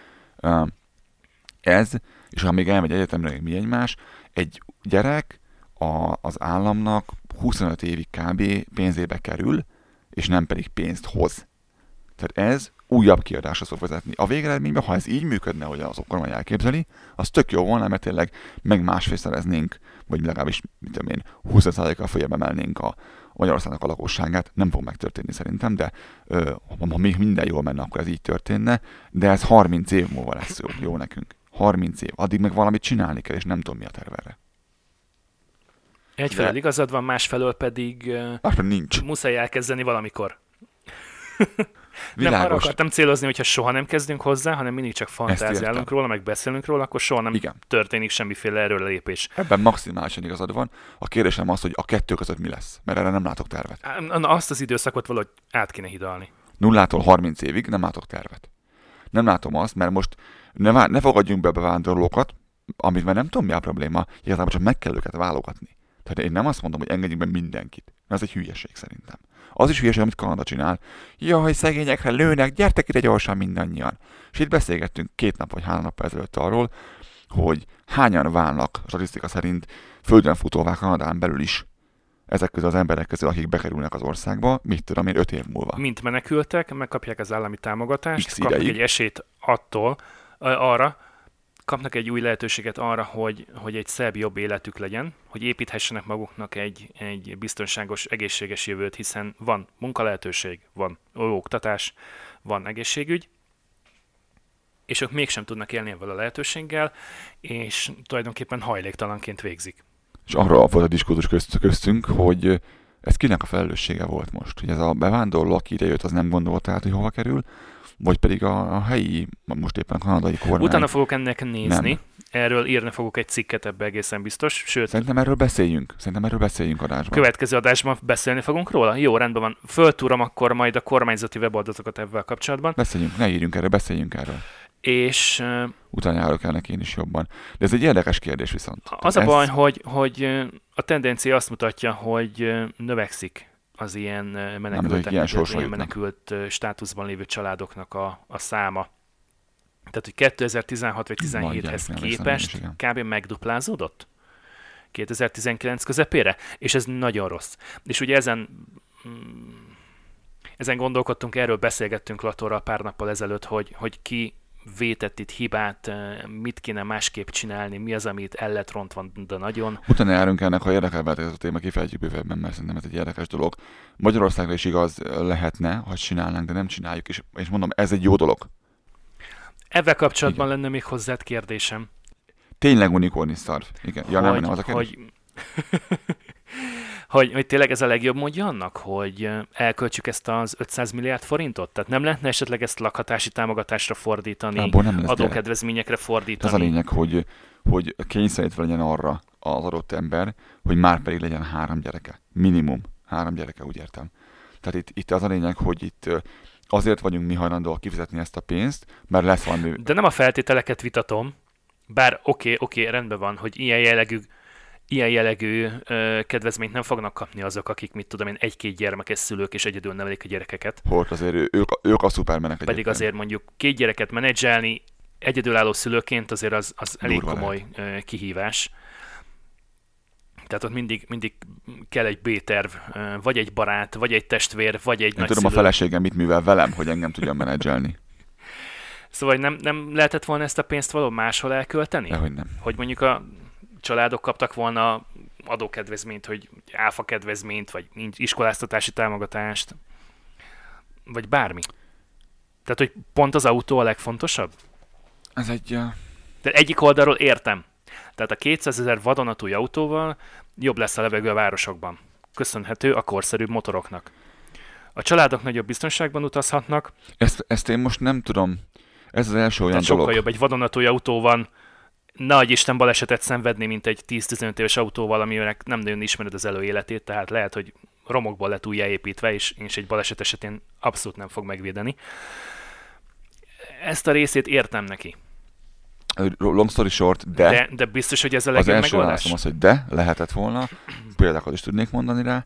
Ez, és ha még elmegy egyetemre, mi egymás, egy gyerek az államnak 25 évig kb. Pénzébe kerül, és nem pedig pénzt hoz. Tehát ez újabb kiadásra szok vezetni. A végeredményben, ha ez így működne, hogy az kormány elképzeli, az tök jó volna, mert tényleg meg másfélszereznénk, vagy legalábbis 20%-kal följebb emelnénk a Magyarországnak a lakosságát. Nem fog megtörténni szerintem, de ha még minden jól menne, akkor ez így történne, de ez 30 év múlva lesz jó nekünk. 30 év. Addig meg valamit csinálni kell, és nem tudom, mi a terv erre. Egyfelől igazad van, másfelől pedig nincs. Muszáj elkezdeni valamikor. Világos. Nem arra akartam célozni, hogyha soha nem kezdünk hozzá, hanem mindig csak fantáziálunk róla, meg beszélünk róla, akkor soha nem történik semmiféle erőlépés. Ebben maximálisan igazad van. A kérdésem az, hogy a kettő között mi lesz, mert erre nem látok tervet. Azt az időszakot valahogy át kéne hidalni. 0-tól 30 évig nem látok tervet. Nem látom azt, mert most ne fogadjunk be bevándorlókat, amit már nem tudom, mi a probléma, igazából csak meg kell őket válogatni. Tehát én nem azt mondom, hogy engedjünk be mindenkit. Ez egy hülyeség szerintem. Az is hülyeség, amit Kanada csinál. Jaj, szegényekre lőnek, gyertek ide gyorsan mindannyian. És itt beszélgettünk 2 nap vagy 3 nap ezelőtt arról, hogy hányan válnak statisztika szerint földön futóvá Kanadán belül is ezek közül az emberek közül, akik bekerülnek az országba, mit tudom én, 5 év múlva. Mint menekültek, megkapják az állami támogatást, kapnak egy esélyt arra, kapnak egy új lehetőséget arra, hogy egy szebb, jobb életük legyen, hogy építhessenek maguknak egy biztonságos, egészséges jövőt, hiszen van munkalehetőség, van oktatás, van egészségügy, és ők mégsem tudnak élni ezzel a lehetőséggel, és tulajdonképpen hajléktalanként végzik. És arról volt a diskurzus köztünk, hogy ez kinek a felelőssége volt most? Hogy ez a bevándorló, aki idejött, az nem gondolta át, hogy hova kerül, vagy pedig a helyi, most éppen a kanadai kormány. Utána fogok ennek nézni, nem. Erről írni fogok egy cikket, ebbe egészen biztos. Sőt, Szerintem erről beszéljünk adásban. Következő adásban beszélni fogunk róla? Jó, rendben van. Föltúrom akkor majd a kormányzati weboldatokat ebben kapcsolatban. Beszéljünk erről. És utána járok el neki én is jobban. De ez egy érdekes kérdés viszont. Az a baj, hogy a tendencia azt mutatja, hogy növekszik az ilyen menekült státuszban lévő családoknak a száma. Tehát, hogy 2016 vagy 2017-hez képest kb. Megduplázódott 2019 közepére, és ez nagyon rossz. És ugye ezen gondolkodtunk, erről beszélgettünk Latorral pár nappal ezelőtt, hogy ki vétett itt hibát, mit kéne másképp csinálni, mi az, amit el lett rontva, de nagyon. Utána járunk ennek, ha érdekel benneteket a téma, kifejtjük bővebben, mert szerintem ez egy érdekes dolog. Magyarországra is igaz lehetne, ha csinálnánk, de nem csináljuk, és mondom, ez egy jó dolog. Ebben kapcsolatban lenne még hozzád kérdésem. Tényleg unikorni szarv. Igen. Ja, nem az a kérdés. Hogy tényleg ez a legjobb módja annak, hogy elköltsük ezt az 500 milliárd forintot? Tehát nem lehetne esetleg ezt lakhatási támogatásra fordítani, adókedvezményekre fordítani? Ez a lényeg, hogy kényszerítve legyen arra az adott ember, hogy már pedig legyen 3 gyereke. Minimum 3 gyereke, úgy értem. Tehát itt az a lényeg, hogy itt azért vagyunk mi hajlandóak kifizetni ezt a pénzt, mert lesz valami... De nem a feltételeket vitatom, bár oké, rendben van, hogy ilyen jellegű kedvezményt nem fognak kapni azok, akik, mit tudom én, 1-2 gyermekes szülők és egyedül nevelik a gyerekeket. Hogy azért ők a szupermenek egyébként. Pedig azért mondjuk 2 gyereket menedzselni egyedülálló szülőként azért az elég komoly kihívás. Tehát ott mindig kell egy B-terv, vagy egy barát, vagy egy testvér, vagy egy nagyszülő. Tudom, a feleségem mit művel velem, hogy engem tudjon menedzselni. Szóval nem lehetett volna ezt a pénzt valahol máshol elkölteni? Dehogy nem. Hogy mondjuk a családok kaptak volna adókedvezményt, hogy áfa kedvezményt, vagy iskoláztatási támogatást, vagy bármi. Tehát, hogy pont az autó a legfontosabb? Ez egy... De egyik oldalról értem. Tehát a 200 000 vadonatúj autóval jobb lesz a levegő a városokban. Köszönhető a korszerűbb motoroknak. A családok nagyobb biztonságban utazhatnak. Ezt én most nem tudom. Ez az első olyan dolog. Sokkal jobb egy vadonatúj autó van, nagy Isten balesetet szenvedni, mint egy 10-15 éves autóval, aminek nem nagyon ismered az előéletét, tehát lehet, hogy romokból lett újjáépítve, és egy baleset esetén abszolút nem fog megvédeni. Ezt a részét értem neki. Long story short, de biztos, hogy ez a legjobb megoldás? Az első válaszom az, hogy lehetett volna, példákat is tudnék mondani rá.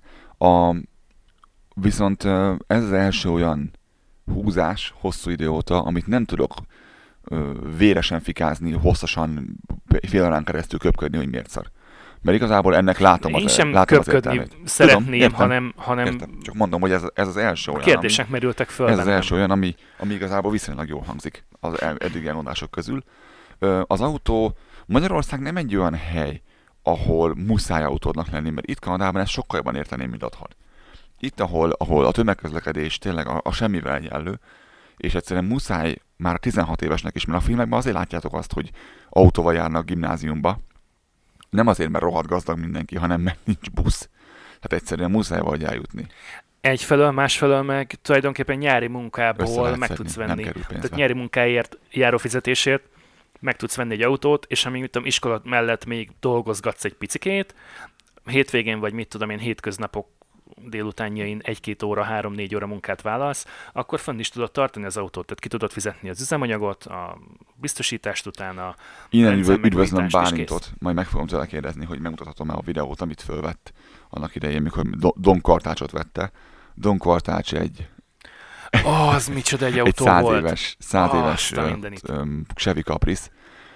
Viszont ez az első olyan húzás hosszú idő óta, amit nem tudok véresen fikázni, hosszasan fél órán keresztül köpködni, hogy miért szar. Mert igazából ennek látom az értelmét. Én sem köpködni szeretném, hanem... Értem. Csak mondom, hogy ez az első olyan, kérdések merültek föl. Ez az első olyan, ami igazából viszonylag jól hangzik az eddig elmondások közül. Az autó, Magyarország nem egy olyan hely, ahol muszáj autódnak lenni, mert itt Kanadában ezt sokkal jobban érteném, mint otthon. Itt, ahol a tömegközlekedés tényleg a semmivel egyenlő, és egyszerűen muszáj már 16 évesnek is, mert a filmekben azért látjátok azt, hogy autóval járnak gimnáziumba. Nem azért, mert rohadt gazdag mindenki, hanem mert nincs busz. Tehát egyszerűen muszáj valahogy eljutni. Egyfelől, másfelől meg tulajdonképpen nyári munkából meg tudsz venni. Tehát nyári munkáért, járófizetésért meg tudsz venni egy autót, és amíg iskola mellett még dolgozgatsz egy picikét, hétvégén vagy mit tudom én, hétköznapok délutánjain 1-2 óra, 3-4 óra munkát vállalsz, akkor fönn is tudod tartani az autót, tehát ki tudod fizetni az üzemanyagot, a biztosítást utána. Innen üdvözlöm Bálintot, majd meg fogom tőle kérdezni, hogy megmutathatom-e a videót, amit fölvett annak idején, mikor Don Quartácsot vette. Don Quartács egy... az micsoda egy autó egy volt. 100 éves Chevy Caprice.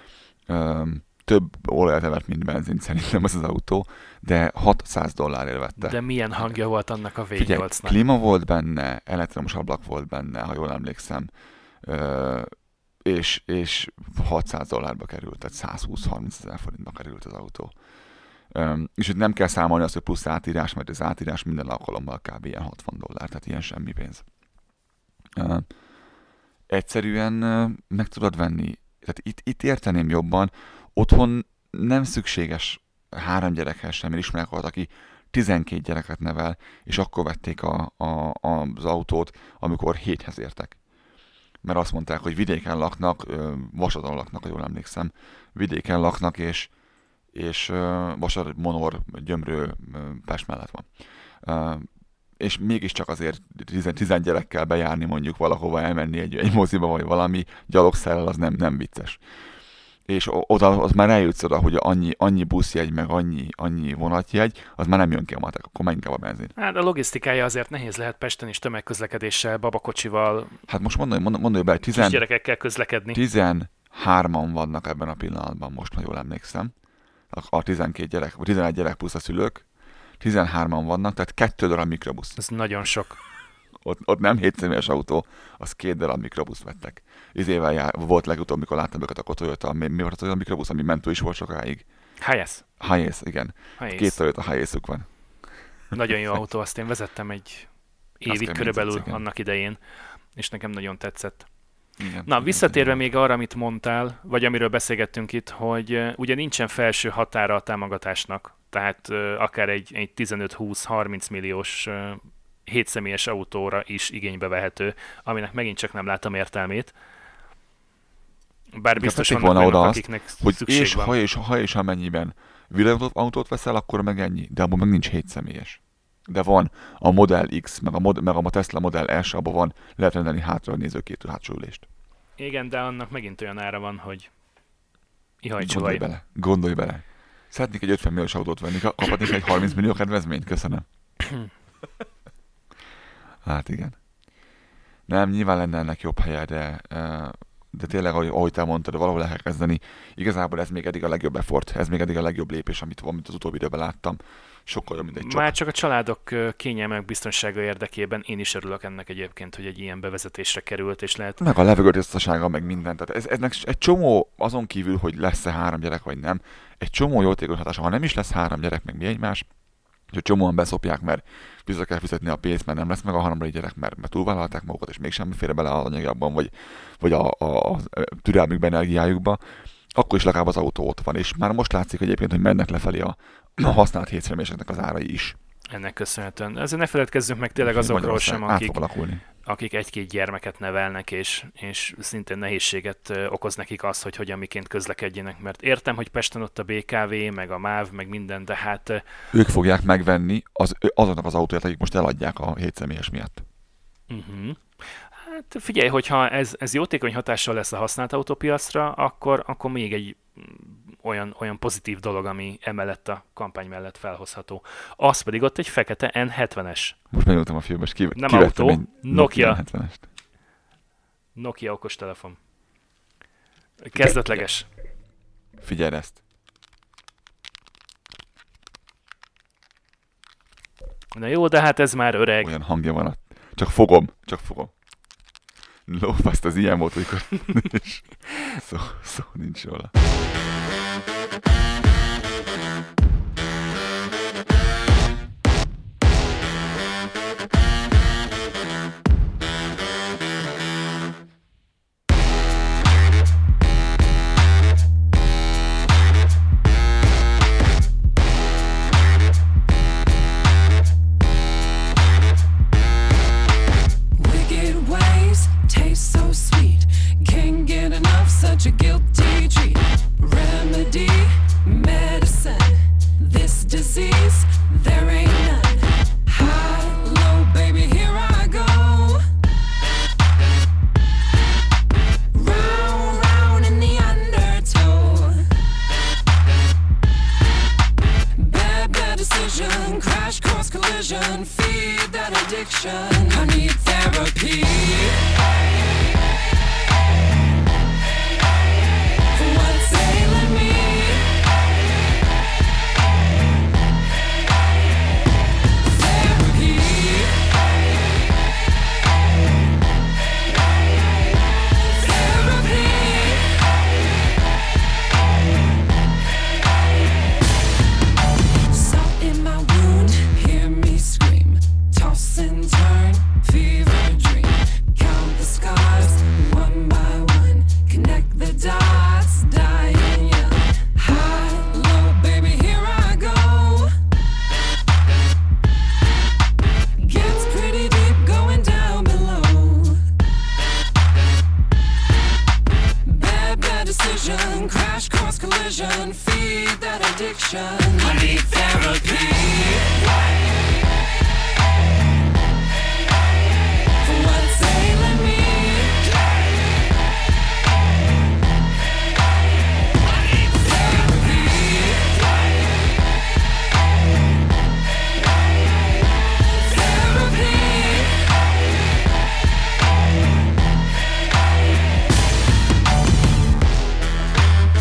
Több olajat evett, mint benzint szerintem az autó, de $600 vette. De milyen hangja volt annak a V8-nak? Figyelj, klíma volt benne, elektromos ablak volt benne, ha jól emlékszem, és $600 került, tehát 120-30 ezer forintba került az autó. És itt nem kell számolni azt, hogy plusz átírás, mert az átírás minden alkalommal kb. Ilyen $60, tehát ilyen semmi pénz. Egyszerűen meg tudod venni. Tehát itt érteném jobban, otthon nem szükséges 3 gyerekhez sem, mert ismerek volt, aki 12 gyereket nevel, és akkor vették az autót, amikor 7-hez értek. Mert azt mondták, hogy vidéken laknak, Vasadon laknak, ha jól emlékszem, vidéken laknak, és Vasad, Monor, Gyömrő, Pest mellett van. És mégiscsak azért 10 gyerekkel bejárni, mondjuk valahova elmenni egy moziba, vagy valami gyalogszerrel, az nem vicces. És oda már eljutsz oda, hogy annyi buszjegy, meg annyi vonatjegy, az már nem jön ki a matek, akkor menj a benzin. Hát a logisztikája azért nehéz lehet Pesten is tömegközlekedéssel, babakocsival. Hát most mondom be, 10 gyerekekkel közlekedni. 13-an vannak ebben a pillanatban most, ha jól emlékszem. A 12 gyerek, vagy 11 gyerek plusz a szülők. 13-an vannak, tehát 2 darab mikrobusz. Ez nagyon sok. Ott nem 7 személyes autó, az 2 darab mikrobuszt vettek. Volt legutóbb, mikor láttam őket, akkor Toyota, mi volt a Toyota mikrobusz, ami mentő is volt sokáig? Hiace, igen. Hiace. 2 Toyota Hiace-ük van. Nagyon jó autó, azt én vezettem egy évig körülbelül tetszett, annak idején, és nekem nagyon tetszett. Igen, Na, igen, visszatérve igen. még arra, amit mondtál, vagy amiről beszélgettünk itt, hogy ugye nincsen felső határa a támogatásnak, tehát akár egy 15-20-30 milliós 7 személyes autóra is igénybe vehető, aminek megint csak nem látom értelmét. Bár biztos tették vannak volna olyanok, oda akiknek Hogy szükség van. ha és amennyiben villanyautót veszel, akkor meg ennyi. De abban meg nincs 7 személyes. De van a Model X, meg a Tesla Model S, abban van, lehet rendelni hátra a nézőkétű hátsó ülést. Igen, de annak megint olyan ára van, hogy ihaj Gondolj csuvaj. bele, gondolj bele. Szeretnék egy 50 milliós autót venni, kaphatnék egy 30 millió kedvezményt? Köszönöm. Hát igen. Nem, nyilván lenne ennek jobb helye, de tényleg, ahogy te mondtad, valahol el kell kezdeni. Igazából ez még eddig a legjobb effort, ez még eddig a legjobb lépés, amit az utóbbi időben láttam. Sokkal jobb, mint egy csok. Már csak a családok kényelmek biztonsága érdekében én is örülök ennek egyébként, hogy egy ilyen bevezetésre került, és lehet... Meg a levegőtisztasága, meg minden. Tehát eznek egy csomó, azon kívül, hogy lesz-e 3 gyerek, vagy nem, egy csomó jótékony hatása. Ha nem is lesz 3 gyerek, meg mi egymás, hogy csomóan beszopják, mert vissza kell fizetni a pénzt, mert nem lesz meg a harmadik gyerek, mert túlvállalták magukat, és még semmiféle bele az anyagban, vagy a türelmükben, energiájukba, akkor is legalább az autó ott van. És már most látszik egyébként, hogy mennek lefelé a használt hétszereméseknek az árai is. Ennek köszönhetően. Ezért ne feledkezzünk meg tényleg azokról sem, akik egy-két gyermeket nevelnek, és szintén nehézséget okoz nekik az, hogy hogyan miként közlekedjenek, mert értem, hogy Pesten ott a BKV, meg a MÁV, meg minden, de hát... Ők fogják megvenni azoknak az autóját, akik most eladják a 7 személyes miatt. Hát figyelj, hogyha ez jótékony hatással lesz a használt autópiacra, akkor még egy olyan pozitív dolog, ami emellett a kampány mellett felhozható. Az pedig ott egy fekete N70-es. Most megnyúltam a filmbe, és Nem kivettem autó, egy Nokia. 70-est. Nokia okostelefon. Kezdetleges. Figyeld ezt. Na jó, de hát ez már öreg. Olyan hangja van ott. Csak fogom. Lófaszt az ilyen volt, amikor nincs. Szó nincs róla. Wicked ways taste so sweet. Can't get enough, such a guilty treat. Remedy, medicine. This disease, there ain't none. High, low, baby, here I go. Round, round in the undertow. Bad decision. Crash, course, collision. Feed that addiction. I need therapy. For what's ailing me. Therapy. Salt in my wound, hear me scream. Toss and turn, fever dream. Count the scars, one by one. Connect the dots, dying young. High, low, baby, here I go. Gets pretty deep going down below. Bad decision. Crash, course, collision. Feed that addiction. I need therapy. For what's ailing me. I need therapy.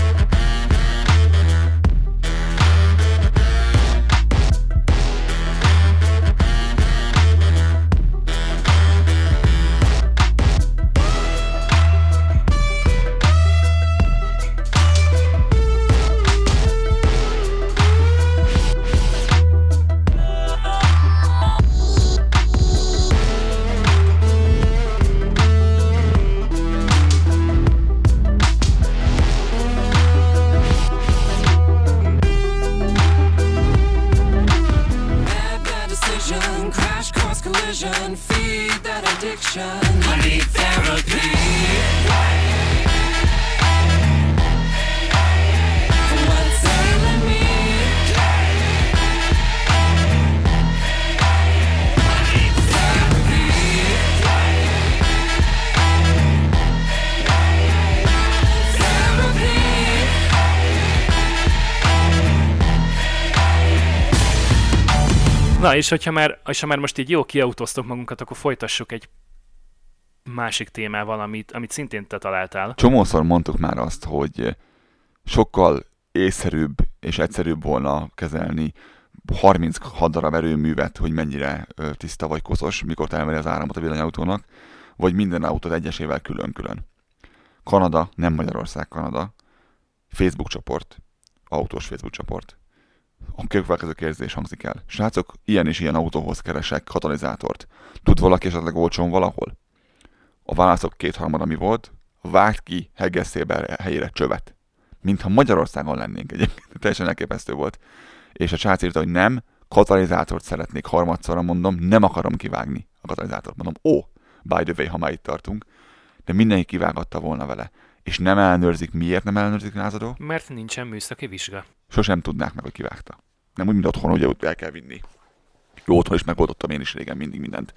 Therapy. medication. I need therapy. For what's ailing me. I need therapy. Therapy. Na, és hogyha már most így jó kiautóztok magunkat, akkor folytassuk egy másik témával, amit szintén te találtál. Csomószor mondtuk már azt, hogy sokkal észszerűbb és egyszerűbb volna kezelni 36 darab erőművet, hogy mennyire tiszta vagy koszos, mikor elmeri az áramot a villanyautónak, vagy minden autót egyesével külön-külön. Kanada, nem Magyarország, Kanada. Facebook csoport, autós Facebook csoport. A következő kérdés hangzik el. Srácok, ilyen és ilyen autóhoz keresek katalizátort. Tud valaki esetleg olcsón valahol? A válaszok 2/3, ami volt, vágd ki Heggeszébe helyére csövet. Mintha Magyarországon lennénk egyébként. Teljesen elképesztő volt. És a srác írta, hogy nem, katalizátort szeretnék, harmadszorra mondom, nem akarom kivágni a katalizátort. Mondom, by the way, ha már itt tartunk. De mindenki kivágatta volna vele. És nem ellenőrzik. Miért nem ellenőrzik, lázadó? Mert nincsen műszaki vizsga. Sosem tudnák meg, hogy kivágta. Nem úgy, mint otthon, hogy ott el kell vinni. Jó, otthon is megoldottam én is régen mindig mindent.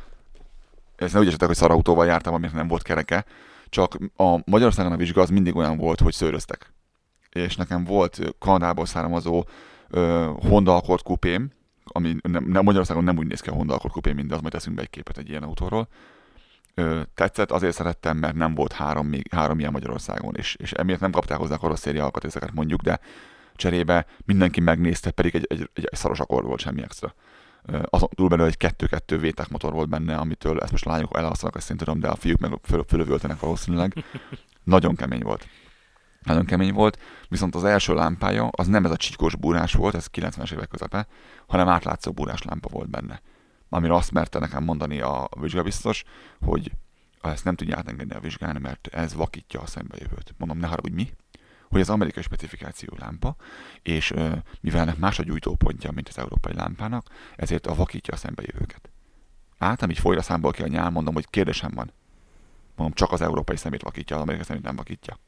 Ez nem úgy esetek, hogy szarautóval jártam, aminek nem volt kereke, csak a Magyarországon a vizsga az mindig olyan volt, hogy szőröztek. És nekem volt Kanadából származó Honda Accord kupém, ami Magyarországon nem úgy néz ki a Honda Accord kupém, mint az, majd teszünk be egy képet egy ilyen autóról. Tetszett, azért szerettem, mert nem volt három ilyen Magyarországon, és emiatt nem kapták hozzá karosszéria alkatrészeket mondjuk, de cserébe mindenki megnézte, pedig egy szaros Accord volt, semmi extra. Azon túl belőle egy 2.2 VTEC motor volt benne, amitől ezt most a lányok elalszanak, ezt én tudom, de a fiúk meg fölövöltenek valószínűleg. Nagyon kemény volt. Nagyon kemény volt, viszont az első lámpája az nem ez a csíkos búrás volt, ez 90-es évek közepe, hanem átlátszó búrás lámpa volt benne. Amire azt merte nekem mondani a vizsgabiztos, hogy ezt nem tudja átengedni a vizsgán, mert ez vakítja a szembejövőt. Mondom, ne haragudj, mi? Hogy az amerikai specifikáció lámpa, és mivel ennek más a gyújtópontja, mint az európai lámpának, ezért vakítja a szembejövőket. Álltam így folyra számból ki a nyál, mondom, hogy kérdésem van. Mondom, csak az európai szemét vakítja, az amerikai szemét nem vakítja.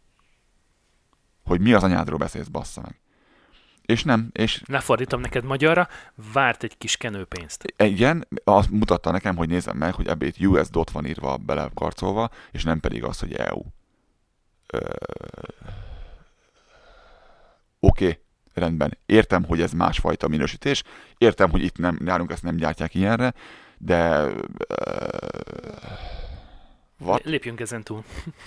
Hogy mi az anyádról beszélsz, bassza meg. És nem, és... Lefordítom neked magyarra, várt egy kis kenőpénzt. Igen, azt mutatta nekem, hogy nézzem meg, hogy ebből itt US dot van írva belekarcolva, és nem pedig az, hogy EU. Oké, rendben. Értem, hogy ez másfajta minősítés. Értem, hogy itt nálunk ezt nem gyártják ilyenre, de... Lépjünk ezen túl.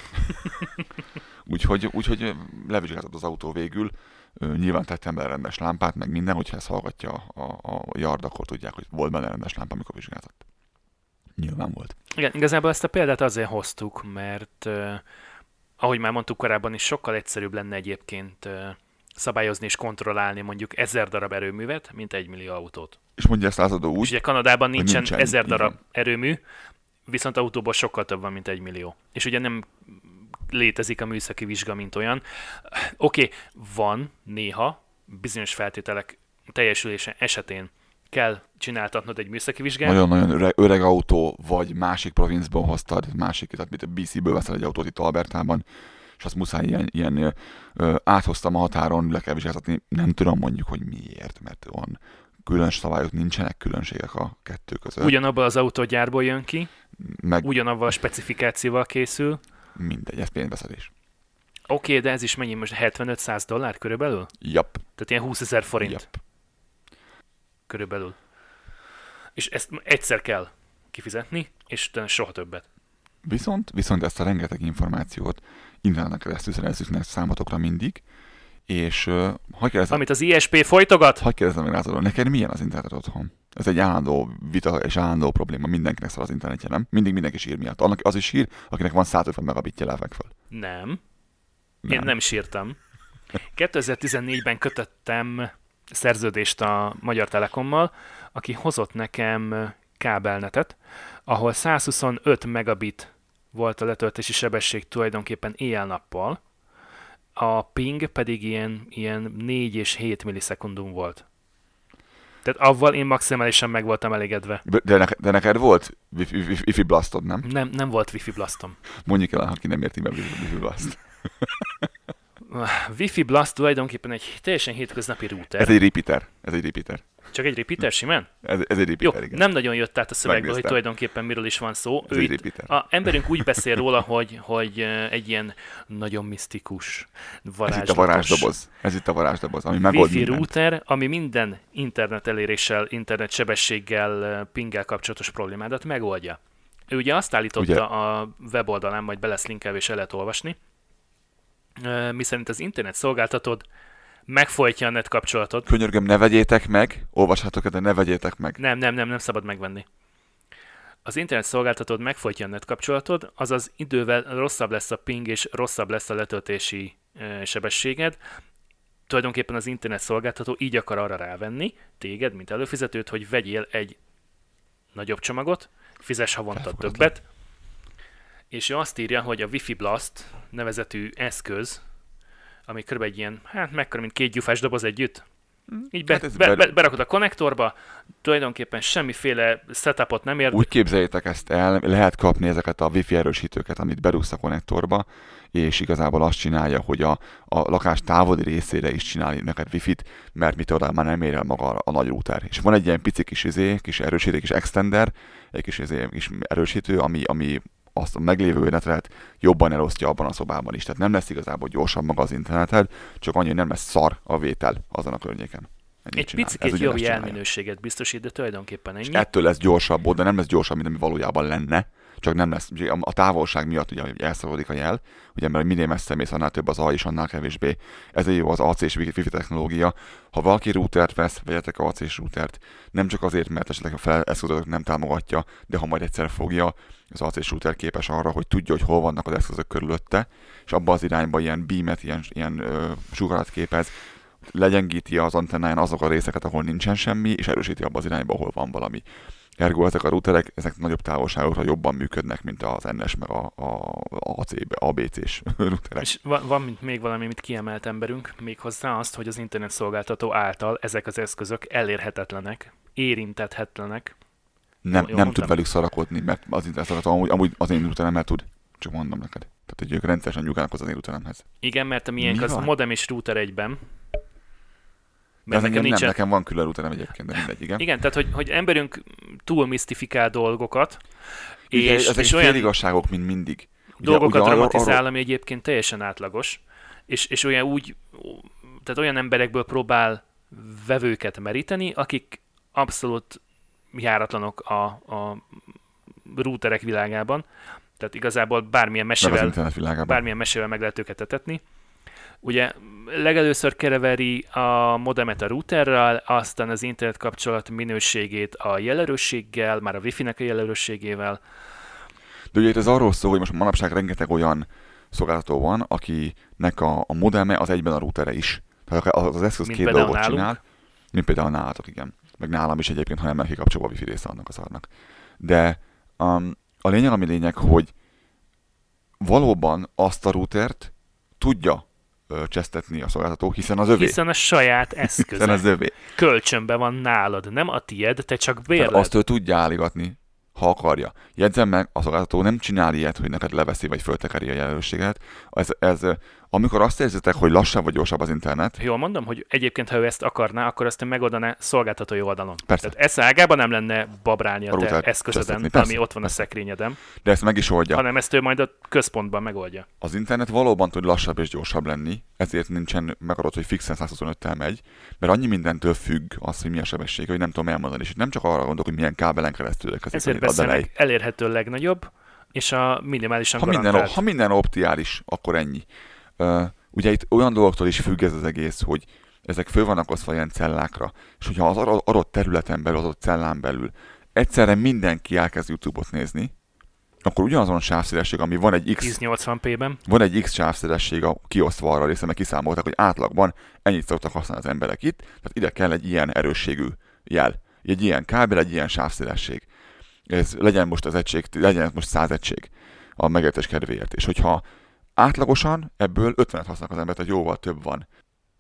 úgyhogy levizsgáltatott az autó végül. Nyilván tettem bele rendes lámpát, meg minden, hogyha ezt hallgatja a Yard, akkor tudják, hogy volt benne rendes lámpa, amikor vizsgáltatt. Nyilván volt. Igen, igazából ezt a példát azért hoztuk, mert ahogy már mondtuk korábban is, sokkal egyszerűbb lenne egyébként szabályozni és kontrollálni mondjuk 1000 darab erőművet, mint 1 millió autót. És mondja ezt lázadó úgy, és ugye Kanadában nincsen 1000 darab igen. erőmű, viszont autóból sokkal több van, mint 1 millió. És ugye nem létezik a műszaki vizsga, mint olyan. Oké, van néha bizonyos feltételek teljesülése esetén kell csináltatnod egy műszaki vizsgát. Nagyon-nagyon öreg autó, vagy másik provincból hoztad, tehát mint a BC-ből veszel egy autót itt Albertában, és azt muszáj ilyen áthoztam a határon, le kell vizsgáltatni. Nem tudom mondjuk, hogy miért, mert olyan különös szabályok nincsenek, különbségek a kettő között. Ugyanabban az autógyárból jön ki, ugyanabban a specifikációval készül. Mindegy, ez pénzbeszedés. Oké, de ez is mennyi most? $75-100 körülbelül? Japp. Tehát ilyen 20 000 forint. Japp. Körülbelül. És ezt egyszer kell kifizetni, és utána soha többet. Viszont ezt a rengeteg információt interneten keresztül szerezzük számotokra mindig, és amit az ISP folytogat? Hadd kérdezzem meg rázadó, neked milyen az internet otthon? Ez egy állandó vita és állandó probléma, mindenkinek szar az internetje, nem? Mindig mindenki sír miatt. Annak az is sír, akinek van 150 megabitje levek föl. Nem. Én nem sírtam. 2014-ben kötöttem szerződést a Magyar Telekommal, aki hozott nekem kábelnetet, ahol 125 megabit volt a letöltési sebesség tulajdonképpen éjjel-nappal, a ping pedig ilyen 4 és 7 millisekundum volt. Tehát avval én maximálisan meg voltam elégedve. De neked volt Wi-Fi Blastod, nem? Nem volt Wi-Fi Blastom. Mondjuk el, aki nem érti meg Wi-Fi Blast. Wi-Fi Blast tulajdonképpen egy teljesen hétköznapi router. Ez egy repeater. Csak egy repeater simán? Ez egy repeater, Jó, igen. nem nagyon jött át a szövegből, hogy Megnéztem. tulajdonképpen miről is van szó. Ez egy repeater. A emberünk úgy beszél róla, hogy egy ilyen nagyon misztikus, varázslatos Ez itt a varázsdoboz, ami megold Wi-Fi mindent. router, ami minden internet eléréssel, internet sebességgel, pinggel kapcsolatos problémádat megoldja. Ő ugye azt állította a weboldalán, majd be lesz linkelve és el lehet olvasni, miszerint az internet szolgáltatód megfojtja a net kapcsolatot. Könyörgöm, ne vegyétek meg, olvashatok, de ne vegyétek meg. Nem szabad megvenni. Az internet szolgáltatód megfojtja a net kapcsolatod, azaz idővel rosszabb lesz a ping és rosszabb lesz a letöltési sebességed. Tulajdonképpen az internet szolgáltató így akar arra rávenni téged, mint előfizetőt, hogy vegyél egy nagyobb csomagot, fizess havonta többet, és ő azt írja, hogy a Wi-Fi Blast nevezetű eszköz, ami kb. Egy ilyen, mekkora, mint 2 gyufás doboz együtt. Így berakod a konnektorba, tulajdonképpen semmiféle setupot nem ér. Úgy képzeljétek ezt el, lehet kapni ezeket a Wi-Fi erősítőket, amit berúgsz a konnektorba, és igazából azt csinálja, hogy a lakás távoli részére is csinálni neked Wi-Fi-t, mert mit oda már nem ér el maga a nagy router. És van egy ilyen pici kis erősítő, kis extender, egy kis erősítő, ami azt a meglévő netet jobban elosztja abban a szobában is. Tehát nem lesz igazából gyorsabb maga az interneted, csak annyi, hogy nem lesz szar a vétel azon a környéken. Egy picit jobb jelminőséget biztosít, de tulajdonképpen ennyi. És ettől lesz gyorsabb, de nem lesz gyorsabb, mint ami valójában lenne. Csak nem lesz, a távolság miatt ugye elszorodik a jel, ugye mert minél messzebb mész, annál több az A és annál kevésbé. Ezért jó az AC-s Wi-Fi technológia. Ha valaki routert vesz, vegyetek AC-s routert. Nem csak azért, mert esetleg a feleszközök nem támogatja, de ha majd egyszer fogja, az AC-s router képes arra, hogy tudja, hogy hol vannak az eszközök körülötte, és abba az irányba ilyen beamet, ilyen sugarat képez, legyengíti az antennáján azok a részeket, ahol nincsen semmi, és erősíti abba az irányba, ahol van valami. Ergo ezek a routerek, ezek nagyobb távolságokra jobban működnek, mint az NS meg a ABC-s routerek. És van még valami, amit kiemelt emberünk, méghozzá azt, hogy az internet szolgáltató által ezek az eszközök elérhetetlenek, érintethetlenek. Nem tud velük szarakodni, mert az internet szolgáltató amúgy az én routeremmel tud. Csak mondom neked. Tehát, hogy ők rendszeresen nyugálnak az én routeremhez. Igen, mert a miénk az modem és router egyben. Mert nekem van külön routerem egyébként, de mindegy, igen. Igen, tehát hogy emberünk túl misztifikál dolgokat, és olyan igazságok, mint mindig. Dolgokat dramatizál, ami egyébként teljesen átlagos, és tehát olyan emberekből próbál vevőket meríteni, akik abszolút járatlanok a routerek világában. Tehát igazából bármilyen mesével meg lehet őket etetni. Ugye legelőször kereveri a modemet a routerrel, aztán az internet kapcsolat minőségét a jelerősséggel, már a Wi-Fi-nek a jelerősségével. De ugye itt ez arról szól, hogy most manapság rengeteg olyan szolgáltató van, akinek a modeme az egyben a routere is. Tehát az eszköz két dolgot csinál. Mint például nálatok, igen. Meg nálam is egyébként, ha nem meg kikapcsolva a Wi-Fi része annak a szarnak. De a lényeg, ami lényeg, hogy valóban azt a routert tudja csesztetni a szolgáltató, hiszen az övé. Hiszen a saját eszköze. Hiszen az övé. Kölcsönbe van nálad, nem a tied, te csak bérled. Tehát azt ő tudja állítani, ha akarja. Jegyzem meg, a szolgáltató nem csinál ilyet, hogy neked leveszi, vagy föltekeri a jelölőséget. Amikor azt érzitek, hogy lassabb vagy gyorsabb az internet. Jól mondom, hogy egyébként, ha ő ezt akarná, akkor azt megoldaná szolgáltatói oldalon. Persze. Tehát eszágában nem lenne babrálni a te eszközöden, ami ott van a szekrényeden. De ezt meg is oldja. Hanem ezt ő majd a központban megoldja. Az internet valóban tud lassabb és gyorsabb lenni, ezért nincsen megadott, hogy fixen 125-tel megy, mert annyi mindentől függ az, hogy mi a sebesség, hogy nem tudom elmondani. És nem csak arra gondolok, hogy milyen kábelen keresztül ezért beszélnek elérhető legnagyobb, és a minimálisan garantált. Ha minden optiális, akkor ennyi. Ugye itt olyan dolgoktól is függ ez az egész, hogy ezek föl vannak osztva ilyen cellákra, és hogyha az adott területen belül, az adott cellán belül egyszerre mindenki elkezd YouTube-ot nézni, akkor ugyanazon a sávszélesség, ami van egy X... 1080p-ben. Van egy X sávszélesség kiosztva arra részre, mert kiszámoltak, hogy átlagban ennyit szoktak használni az emberek itt, tehát ide kell egy ilyen erősségű jel. Egy ilyen kábel, egy ilyen sávszélesség. Ez legyen most 100 egység a megértés kedvéért. És hogyha átlagosan ebből 50-et használnak az ember, tehát jóval több van.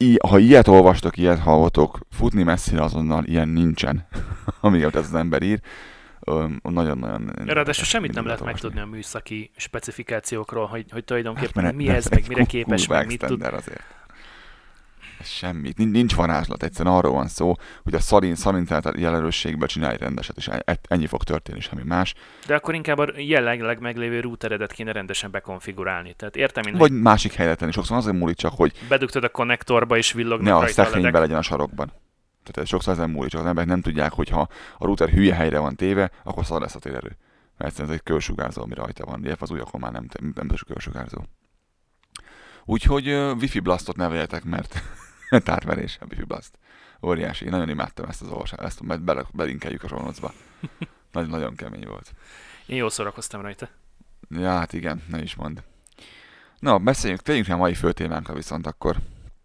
ha ilyet olvastok, ilyet hallottok, futni messzire azonnal, ilyen nincsen, amiért ez az ember ír. Nagyon-nagyon... Ráadásul semmit nem lehet megtudni a műszaki specifikációkról, hogy tulajdonképpen Hát, mi ez, meg mire képes, meg mit tud. Azért. Ez semmit. Nincs varázslat, egyszerűen arról van szó, hogy a szarintelt jelölőségből csinálj rendeset, és ennyi fog történni, semmi más. De akkor inkább a jelenleg meglévő routeredet kéne rendesen bekonfigurálni. Tehát értem én, vagy másik helyre tenni. Sokszor azért múlik csak, hogy bedugtad a konnektorba és villognak ne a rajta a szekrénybe ledek. legyen a sarokban. Tehát ez sokszor ezen múlik, csak az emberek nem tudják, hogy ha a router hülye helyre van téve, akkor szar lesz a térerő. Mert egyszerűen ez egy körsugárzó, ami rajta van. Illetve az újakon már nem körsugárzó. Úgyhogy Wi-Fi Blastot ne vegyetek, mert tárverés a Wi-Fi Blast. Óriási. Én nagyon imádtam ezt az olvasást, ezt majd belinkeljük a show notes-ba. Nagyon kemény volt. Én jól szórakoztam rajta. Ja, hát igen, ne is mondd. Na, térjünk rá a mai fő témánkra viszont akkor.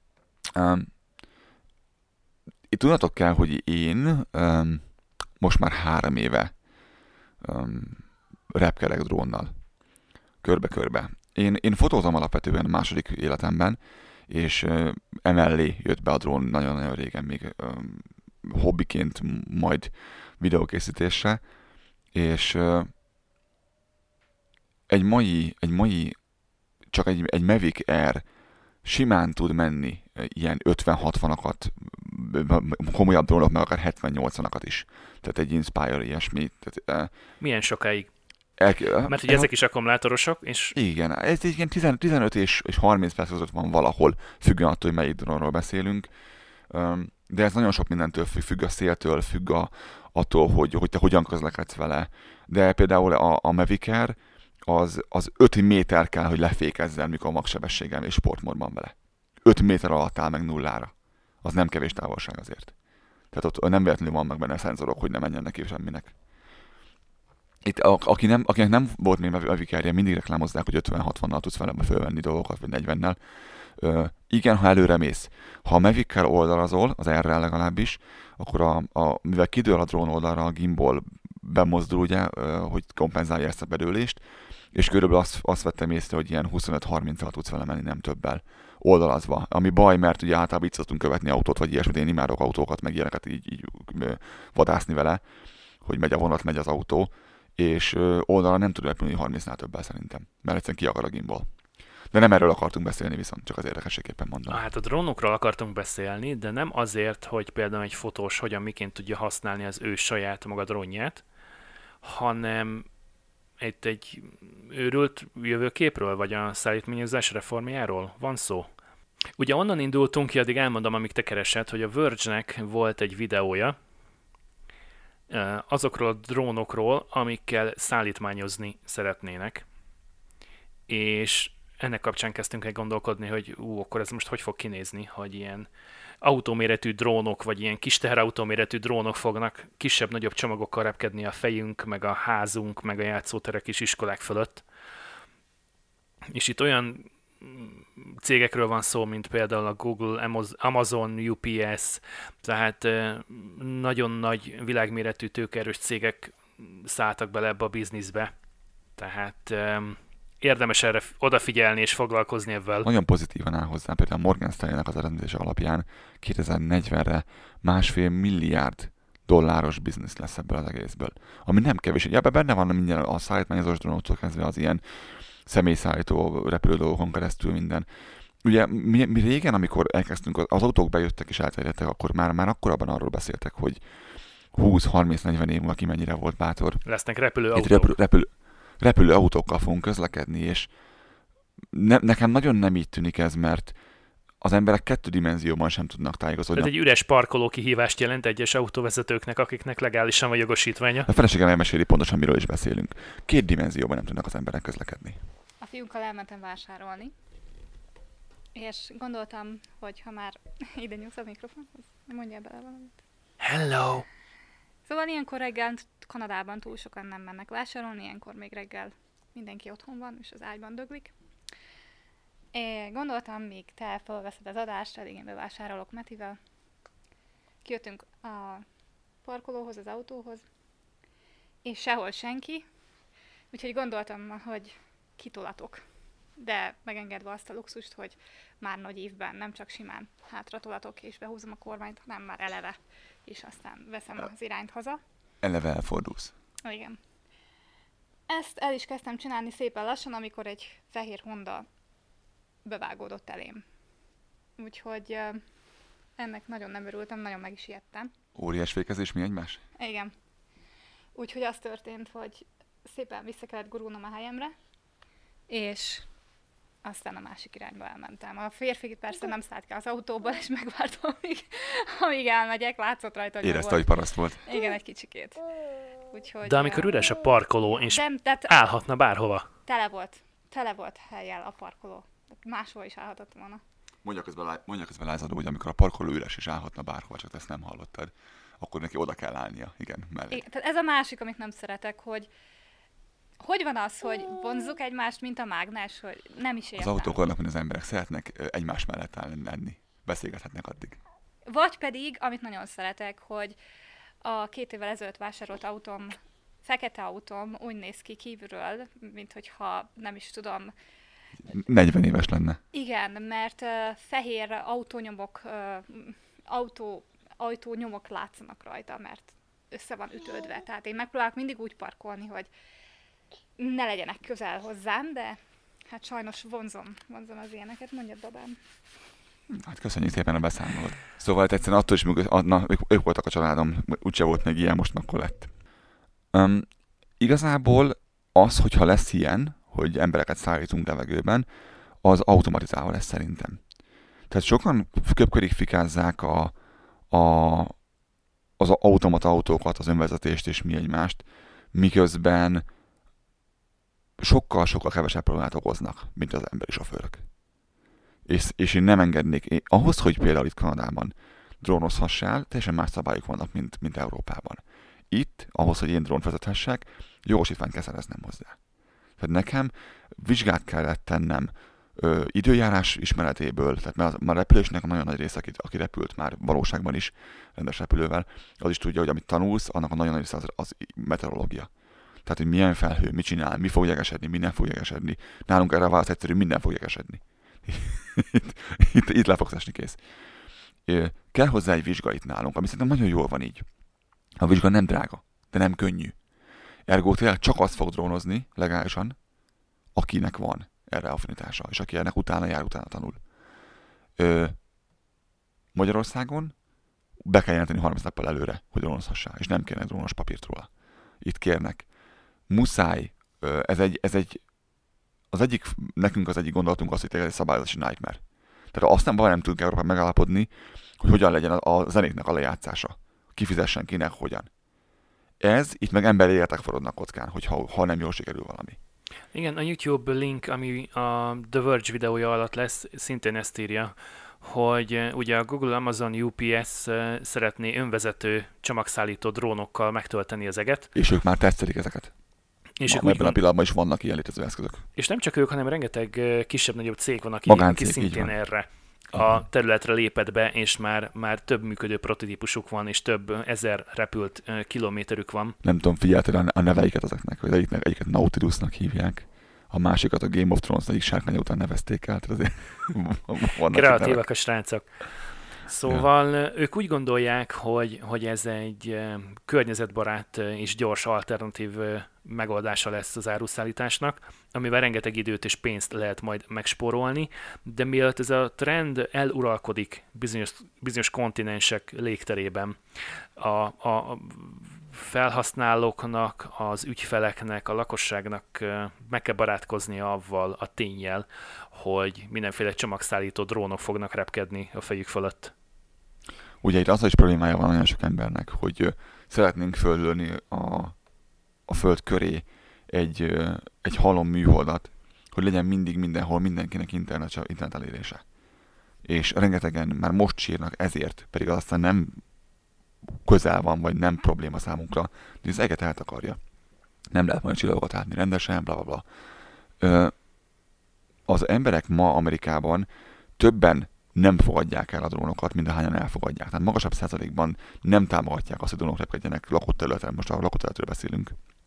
Itt tudnatok kell, hogy én most már 3 éve repkedek drónnal. Körbe-körbe. Én fotózom alapvetően a második életemben, és emellé jött be a drón nagyon-nagyon régen, még hobbiként, majd videókészítésre, és egy mai csak egy Mavic Air simán tud menni ilyen 50-60-akat, komolyabb drónok, meg akár 70-80-akat is. Tehát egy Inspire ilyesmi. Tehát, milyen sokáig? Mert ugye ezek is akkumulátorosok, és... Igen, ez egy ilyen 15 és 30 perc között van valahol, függően attól, hogy melyik drónról beszélünk. De ez nagyon sok mindentől függ a széltől, függ attól, hogy te hogyan közlekedsz vele. De például a Mavic Air az 5 méter kell, hogy lefékezzel, mikor a magsebességgel és sportmódban vele. 5 méter alatt áll meg nullára. Az nem kevés távolság azért. Tehát ott nem véletlenül van meg benne szenzorok, hogy ne menjen neki semminek. Itt akinek nem volt még Mavic Air-je, mindig reklámozzák, hogy 50-60-nal tudsz vele fölvenni dolgokat, vagy 40-nel. Igen, ha előre mész. Ha a Mavic-kel oldalazol, az R-rel legalábbis, akkor mivel kidől a drón oldalra, a gimbal bemozdul, ugye, hogy kompenzálja ezt a bedőlést, és körülbelül azt vettem észre, hogy ilyen 25-30-al tudsz vele menni, nem többel oldalazva. Ami baj, mert ugye általában így szoktunk követni autót, vagy ilyesmit, én imádok autókat, meg ilyeneket így vadászni vele, hogy megy a vonat, megy az autó, és oldalra nem tud repülni 30-nál többel szerintem, mert egyszerűen kiakad a gimbal. De nem erről akartunk beszélni, viszont csak az érdekességképpen mondom. Hát a drónokról akartunk beszélni, de nem azért, hogy például egy fotós miként tudja használni az ő saját maga drónját, hanem egy őrült jövőképről, vagy a szállítmányozás reformjáról van szó. Ugye onnan indultunk ki, addig elmondom, amíg te keresed, hogy a Verge-nek volt egy videója azokról a drónokról, amikkel szállítmányozni szeretnének. És ennek kapcsán kezdtünk el gondolkodni, hogy akkor ez most hogy fog kinézni, hogy ilyen autóméretű drónok, vagy ilyen kis teherautóméretű drónok fognak kisebb-nagyobb csomagokkal repkedni a fejünk, meg a házunk, meg a játszóterek és iskolák fölött. És itt olyan cégekről van szó, mint például a Google, Amazon, UPS, tehát nagyon nagy világméretű tőkeerős cégek szálltak bele ebbe a bizniszbe. Tehát érdemes erre odafigyelni és foglalkozni ebben. Nagyon pozitívan áll hozzá, például a Morgan Stanley-nek az elemzése alapján 2040-re $1,5 milliárd biznisz lesz ebből az egészből. Ami nem kevés. Ebben benne van minden a szállítmányozós drónoktól kezdve az ilyen személyszállító repülődolgokon keresztül minden. Ugye mi régen, amikor elkezdtünk, az autók bejöttek és elterjedtek, akkor már akkorabban arról beszéltek, hogy 20-30-40 év múlva ki mennyire volt bátor. Lesznek repülőautók. Repülő autókkal fogunk közlekedni, és nekem nagyon nem így tűnik ez, mert az emberek 2 dimenzióban sem tudnak tájékozódni. Tehát egy üres parkoló kihívást jelent egyes autóvezetőknek, akiknek legálisan van jogosítványa. A feleségem elmeséli pontosan, miről is beszélünk. 2 dimenzióban nem tudnak az emberek közlekedni. A fiúnkkal elmentem vásárolni, és gondoltam, hogy ha már ide nyúlsz a mikrofonhoz, mondjál bele valamit. Hello! Szóval ilyenkor reggel Kanadában túl sokan nem mennek vásárolni, ilyenkor még reggel mindenki otthon van, és az ágyban döglik. Gondoltam, míg te felveszed az adást, addig én bevásárolok Metivel. Kijöttünk a parkolóhoz, az autóhoz, és sehol senki, úgyhogy gondoltam, hogy kitolatok. de megengedve azt a luxust, hogy már nagy évben nem csak simán hátratolatok és behúzom a kormányt, hanem már eleve, és aztán veszem az irányt haza. Eleve elfordulsz. Igen. Ezt el is kezdtem csinálni szépen lassan, amikor egy fehér Honda bevágódott elém. Úgyhogy ennek nagyon nem örültem, nagyon meg is ijedtem. Óriás fékezés, mi egymás? Igen. Úgyhogy az történt, hogy szépen vissza kellett gurulnom a helyemre, és aztán a másik irányba elmentem. A férfi persze nem szállt ki az autóból, és megvártam, amíg elmegyek, látszott rajta, hogy érezte, hogy paraszt volt. Igen, egy kicsikét. Úgyhogy, De amikor üres a parkoló, és tehát állhatna bárhova. Tele volt hellyel a parkoló. Máshol is állhatott volna. Mondja közben lázadó, hogy amikor a parkoló üres és állhatna bárhova, csak ezt nem hallottad, akkor neki oda kell állnia. Igen, mellé. Igen, tehát ez a másik, amit nem szeretek, hogy van az, hogy vonzzuk egymást, mint a mágnes, hogy nem is értem. Az autók vannak, mint az emberek szeretnek egymás mellett lenni. Beszélgethetnek addig. Vagy pedig, amit nagyon szeretek, hogy a 2 évvel ezelőtt vásárolt autóm, fekete autóm úgy néz ki kívülről, mint hogyha nem is tudom. 40 éves lenne. Igen, mert fehér autónyomok látszanak rajta, mert össze van ütődve. Tehát én megpróbálok mindig úgy parkolni, hogy ne legyenek közel hozzám, de hát sajnos vonzom az ilyeneket. Mondjad, babám. Hát köszönjük szépen a beszámolót. Szóval egyszerűen attól is, ők voltak a családom, úgyse volt még ilyen, most akkor lett. Igazából az, hogyha lesz ilyen, hogy embereket szállítunk levegőben, az automatizálva lesz szerintem. Tehát sokan köpködik fikázzák az automata autókat, az önvezetést és mi egymást, miközben sokkal-sokkal kevesebb problémát okoznak, mint az emberi sofőrök. És én nem engednék. Ahhoz, hogy például itt Kanadában drónozhassál, teljesen más szabályok vannak, mint Európában. Itt, ahhoz, hogy én drónt vezethessek, jogosítványt kell szereznem hozzá. Tehát nekem vizsgát kellett tennem időjárás ismeretéből, tehát mert a repülésnek a nagyon nagy része, aki repült már valóságban is rendes repülővel, az is tudja, hogy amit tanulsz, annak a nagyon nagy része az meteorológia. Tehát, hogy milyen felhő, mit csinál, mi fog jegesedni, mi nem fog jegesedni. Nálunk erre válasz egyszerű, minden fog jegesedni. itt le fogsz esni, kész. Kell hozzá egy vizsga itt nálunk, ami szerintem nagyon jól van így. A vizsga nem drága, de nem könnyű. Ergo tényleg csak azt fog drónozni legálisan, akinek van erre affinitása, és aki ennek utána tanul. Magyarországon be kell jelenteni 30 nappal előre, hogy drónozhassál, és nem kérnek drónos papírt róla. Itt kérnek. Muszáj, nekünk az egyik gondolatunk az, hogy tényleg egy szabályozási nightmare. Tehát azt nem tudunk Európában megállapodni, hogy hogyan legyen a zenéknek a lejátszása. Kifizessen kinek, hogyan. Itt meg emberi életek forognak kockán, ha nem jól sikerül valami. Igen, a YouTube link, ami a The Verge videója alatt lesz, szintén ezt írja, hogy ugye a Google, Amazon, UPS szeretné önvezető csomagszállító drónokkal megtölteni az eget. És ők már tesztelik ezeket. És ebben a pillanatban is vannak ilyen létező eszközök. És nem csak ők, hanem rengeteg kisebb-nagyobb cég van, aki szintén erre a területre lépett be, és már több működő prototípusuk van, és több ezer repült kilométerük van. Nem tudom, figyelted a neveiket ezeknek, hogy egyiket Nautilusnak hívják, a másikat a Game of Thrones egyik sárkánya után nevezték el. Kreatívak a srácok. Szóval ők úgy gondolják, hogy ez egy környezetbarát és gyors alternatív megoldása lesz az áruszállításnak, amivel rengeteg időt és pénzt lehet majd megspórolni, de mielőtt ez a trend eluralkodik bizonyos kontinensek légterében, a felhasználóknak, az ügyfeleknek, a lakosságnak meg kell barátkoznia avval a ténnyel, hogy mindenféle csomagszállító drónok fognak repkedni a fejük fölött. Ugye itt az is problémája van nagyon sok embernek, hogy szeretnénk földölni a föld köré egy halom műholdat, hogy legyen mindig mindenhol mindenkinek internet elérése. És rengetegen már most sírnak ezért, pedig az aztán nem közel van, vagy nem probléma számunkra, de az eget eltakarja. Nem lehet majd a csillagokat látni rendesen, bla bla bla. Az emberek ma Amerikában többen nem fogadják el a drónokat, mint ahányan elfogadják. Tehát magasabb százalékban nem támogatják azt, hogy drónok repkedjenek lakott területen, most a lakott területről beszélünk.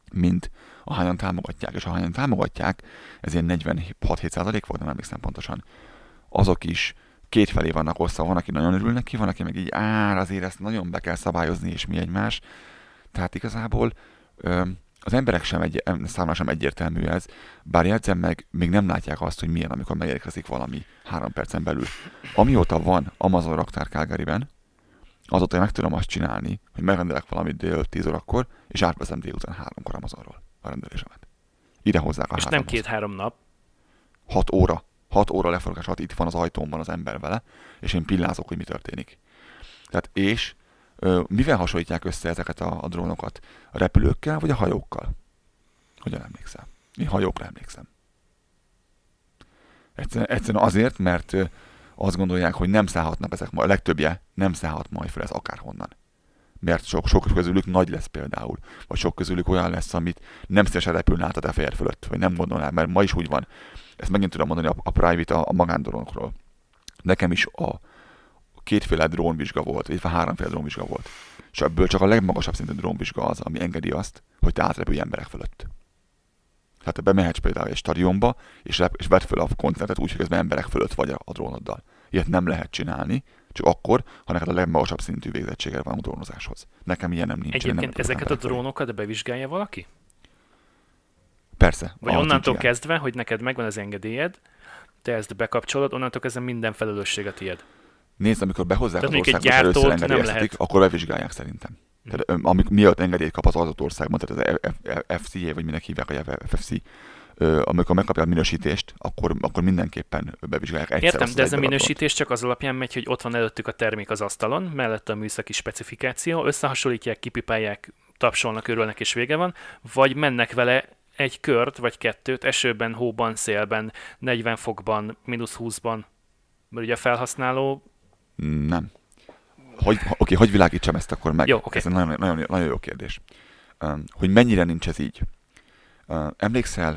mint ahányan támogatják. És ahányan támogatják, ez ilyen 46-7% volt, nem emlékszem pontosan. Azok is kétfelé vannak osztva, van, aki nagyon örül neki, van, aki meg így, azért ezt nagyon be kell szabályozni, és mi egymás. Tehát igazából az emberek számára sem egyértelmű ez, bár jegyzem meg, még nem látják azt, hogy milyen, amikor megérkezik valami 3 percen belül. Amióta van Amazon raktár Calgaryben, azóta meg tudom azt csinálni, hogy megrendelek valamit délután 10 órakor, és átveszem délután 3-kor Amazonról a rendelésemet. Ide hozzák a és házamhoz. nem 2-3 nap. 6 óra. 6 óra leforgás alatt itt van az ajtómban az ember vele, és én pillázok, hogy mi történik. Tehát mivel hasonlítják össze ezeket a drónokat? A repülőkkel, vagy a hajókkal? Hogyan emlékszel? Én hajókra emlékszem. Egyszerűen azért, mert azt gondolják, hogy nem szállhatnak ezek majd, a legtöbbje nem szállhat majd fel ez akárhonnan. Mert sok közülük nagy lesz például, vagy sok közülük olyan lesz, amit nem szívesen repülne át a te fejed fölött, vagy nem gondolnál, mert ma is úgy van. Ezt megint tudom mondani a private, a magándrónokról. Nekem is a 2 drónvizsga volt, illetve 3 drónvizsga volt. És ebből csak a legmagasabb szintű drónvizsga az, ami engedi azt, hogy te átrepülj emberek fölött. Tehát te bemehetsz például egy stadionba, és vedd föl a koncertet úgy, hogy közben emberek fölött vagy a drónoddal. Ilyet nem lehet csinálni, csak akkor, ha neked a legmagasabb szintű végzettséged van a drónozáshoz. Nekem ilyen nem nincs. Egyébként ezeket a drónokat bevizsgálja valaki? Persze. Vagy onnantól kezdve, hogy neked megvan az engedélyed, te ezt bekapcsolod, onnantól kezdve minden felelősség a tiéd. Nézd, amikor behozzák tehát az országba, és először engedélyeztetik, akkor bevizsgálják szerintem. Tehát miatt engedélyt kap az adott országban, tehát az FCA, vagy minek hívják a FFC, amikor megkapja a minősítést, akkor mindenképpen bevizsgálják egyszer. Értem, de ez a minősítés csak az alapján megy, hogy ott van előttük a termék az asztalon, mellette a műszaki specifikáció, összehasonlítják, kipipálják, tapsolnak, örülnek és vége van, vagy mennek vele egy kört, vagy 2, esőben, hóban, szélben, 40 fokban, -20-ban, mert ugye a felhasználó... Nem. Hogy világítsam ezt akkor meg? Jó, okay. Ez egy nagyon jó kérdés. Hogy mennyire nincs ez így? Emlékszel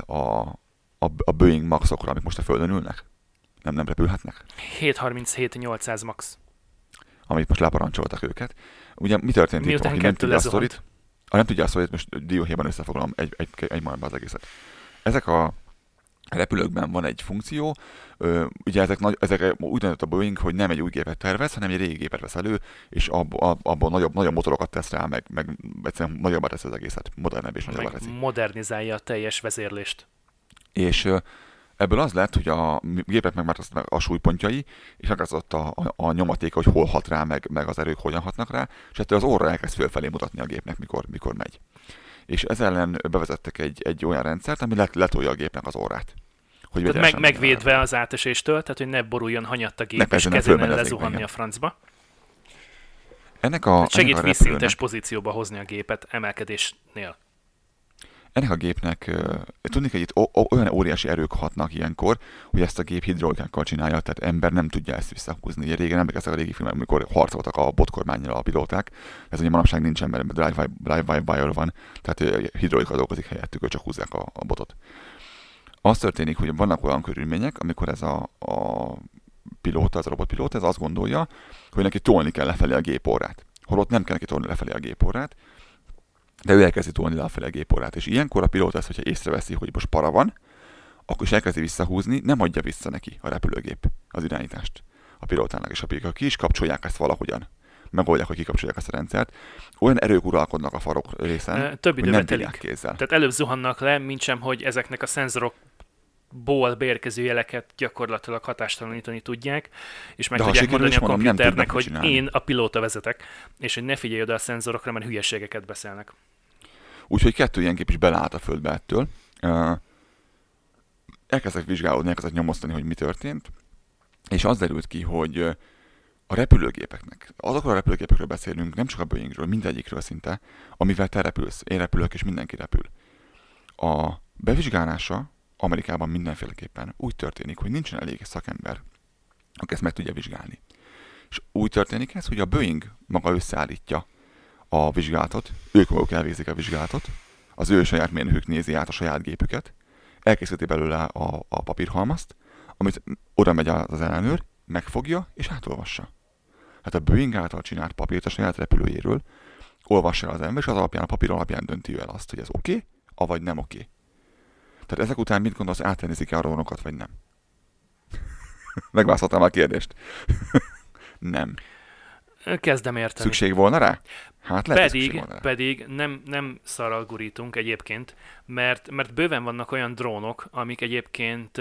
a Boeing Maxokra, amik most a Földön ülnek? Nem repülhetnek? 737-800 Max. Amit most leparancsoltak őket. Ugye mi történt itt? Aki nem tudja a sztorit, nem tudja a sztorit, most dióhéjban összefoglalom egy mondatban az egészet. Ezek a repülőkben van egy funkció, ugye ezek úgy döntött a Boeing, hogy nem egy új gépet tervez, hanem egy régi gépet vesz elő, és abból nagyobb motorokat tesz rá, meg egyszerűen nagyobbá teszi az egészet, modernebb és nagyobbá teszi. Modernizálja a teljes vezérlést. És ebből az lett, hogy a gépet megváltoztak a súlypontjai, és megváltozott a nyomatéka, hogy hol hat rá, meg az erők hogyan hatnak rá, és ettől az orra elkezd fölfelé mutatni a gépnek, mikor megy. És ez ellen bevezettek egy olyan rendszert, ami letolja a gépnek az orrát. Tehát megvédve az áteséstől, tehát hogy ne boruljon hanyatt a gép, és kezénen lezuhanni a francba. Segít vízszintes pozícióba hozni a gépet emelkedésnél. Ennek a gépnek tudni kell, hogy itt olyan óriási erők hatnak ilyenkor, hogy ezt a gép hidrolikákkal csinálja, tehát ember nem tudja ezt visszahúzni. Ugye régen emlékeztek a régi filmek, amikor harcoltak a botkormánnyal a pilóták, ez ugye manapság nincs ember, drive-by-wire van, tehát hidrolika dolgozik helyettük, hogy csak húzzák a botot. Az történik, hogy vannak olyan körülmények, amikor ez a pilóta, az a robotpilóta, ez azt gondolja, hogy neki tolni kell lefelé a géporrát. Holott nem kell neki tolni lefelé a géporrát, de ő elkezdi tolni lefelé a géporrát. És ilyenkor a pilóta ezt, hogyha észreveszi, hogy most para van, akkor is elkezdi visszahúzni, nem adja vissza neki a repülőgép az irányítást a pilótának. És a ki is kapcsolják ezt valahogyan. Megoldják, hogy kikapcsolják ezt a rendszert. Olyan erők uralkodnak a farok részen, több hogy nem bírják kézzel. Tehát előbb zuhannak le, mintsem, hogy ezeknek a szenzorokból beérkező jeleket gyakorlatilag hatástalanítani tudják, és meg tudják mondani a komputernek, hogy én a pilóta vezetek, és hogy ne figyelj oda a szenzorokra, mert hülyeségeket beszélnek. Úgyhogy 2 ilyen gép is beleállt a földbe ettől. Elkezdtek vizsgálódni, elkezdtek nyomosztani, hogy mi történt, és az derült ki, hogy a repülőgépeknek, azokról a repülőgépekről beszélünk, nem csak a Boeingről, mindegyikről szinte, amivel te repülsz, én repülök, és mindenki repül. A bevizsgálása Amerikában mindenféleképpen úgy történik, hogy nincsen elég szakember, aki ezt meg tudja vizsgálni. És úgy történik ez, hogy a Boeing maga összeállítja a vizsgálatot, ők maguk elvégzik a vizsgálatot, az ő saját mérnökük nézi át a saját gépüket, elkészíti belőle a papírhalmazt, amit oda megy az ellenőr, megfogja és átolvassa. Hát a Boeing által csinált papírt a saját repülőjéről olvassa el az ember, és az alapján, a papír alapján dönti el azt, hogy ez oké, avagy nem oké. Tehát ezek után mit gondolsz, áttennizik-e a drónokat, vagy nem? Megválaszoltam a kérdést. Nem. Kezdem érteni. Szükség volna rá? Hát lehet, szükség volna rá. Pedig nem szarral gurítunk egyébként, mert bőven vannak olyan drónok, amik egyébként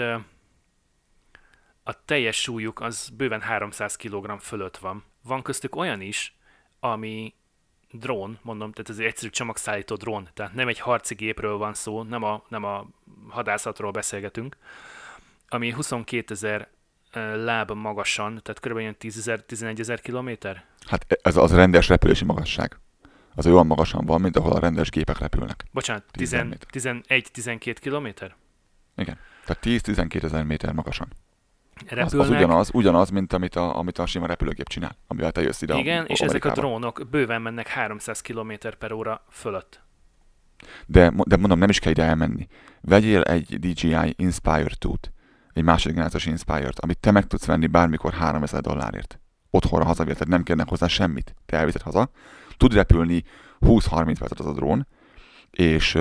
a teljes súlyuk az bőven 300 kg fölött van. Van köztük olyan is, ami drón, mondom, tehát ez egy egyszerű csomagszállító drón, tehát nem egy harci gépről van szó, nem a hadászatról beszélgetünk, ami 22 000 láb magasan, tehát kb. 10 000-11 000 kilométer. Hát ez az rendes repülési magasság. Az olyan magasan van, mint ahol a rendes gépek repülnek. Bocsánat, 11-12 kilométer? Igen. Tehát 10-12 000 méter magasan. Repülnek. Az ugyanaz, mint amit a sima repülőgép csinál, amivel te jössz ide. Igen, és ezek a drónok bőven mennek 300 km/h fölött. De mondom, nem is kell ide elmenni. Vegyél egy DJI Inspire 2-t, egy második generációs Inspire-t, amit te meg tudsz venni bármikor $3000. Otthonra hazavihet, tehát nem kérnek hozzá semmit. Te elviszed haza, tud repülni 20-30 percet az a drón, és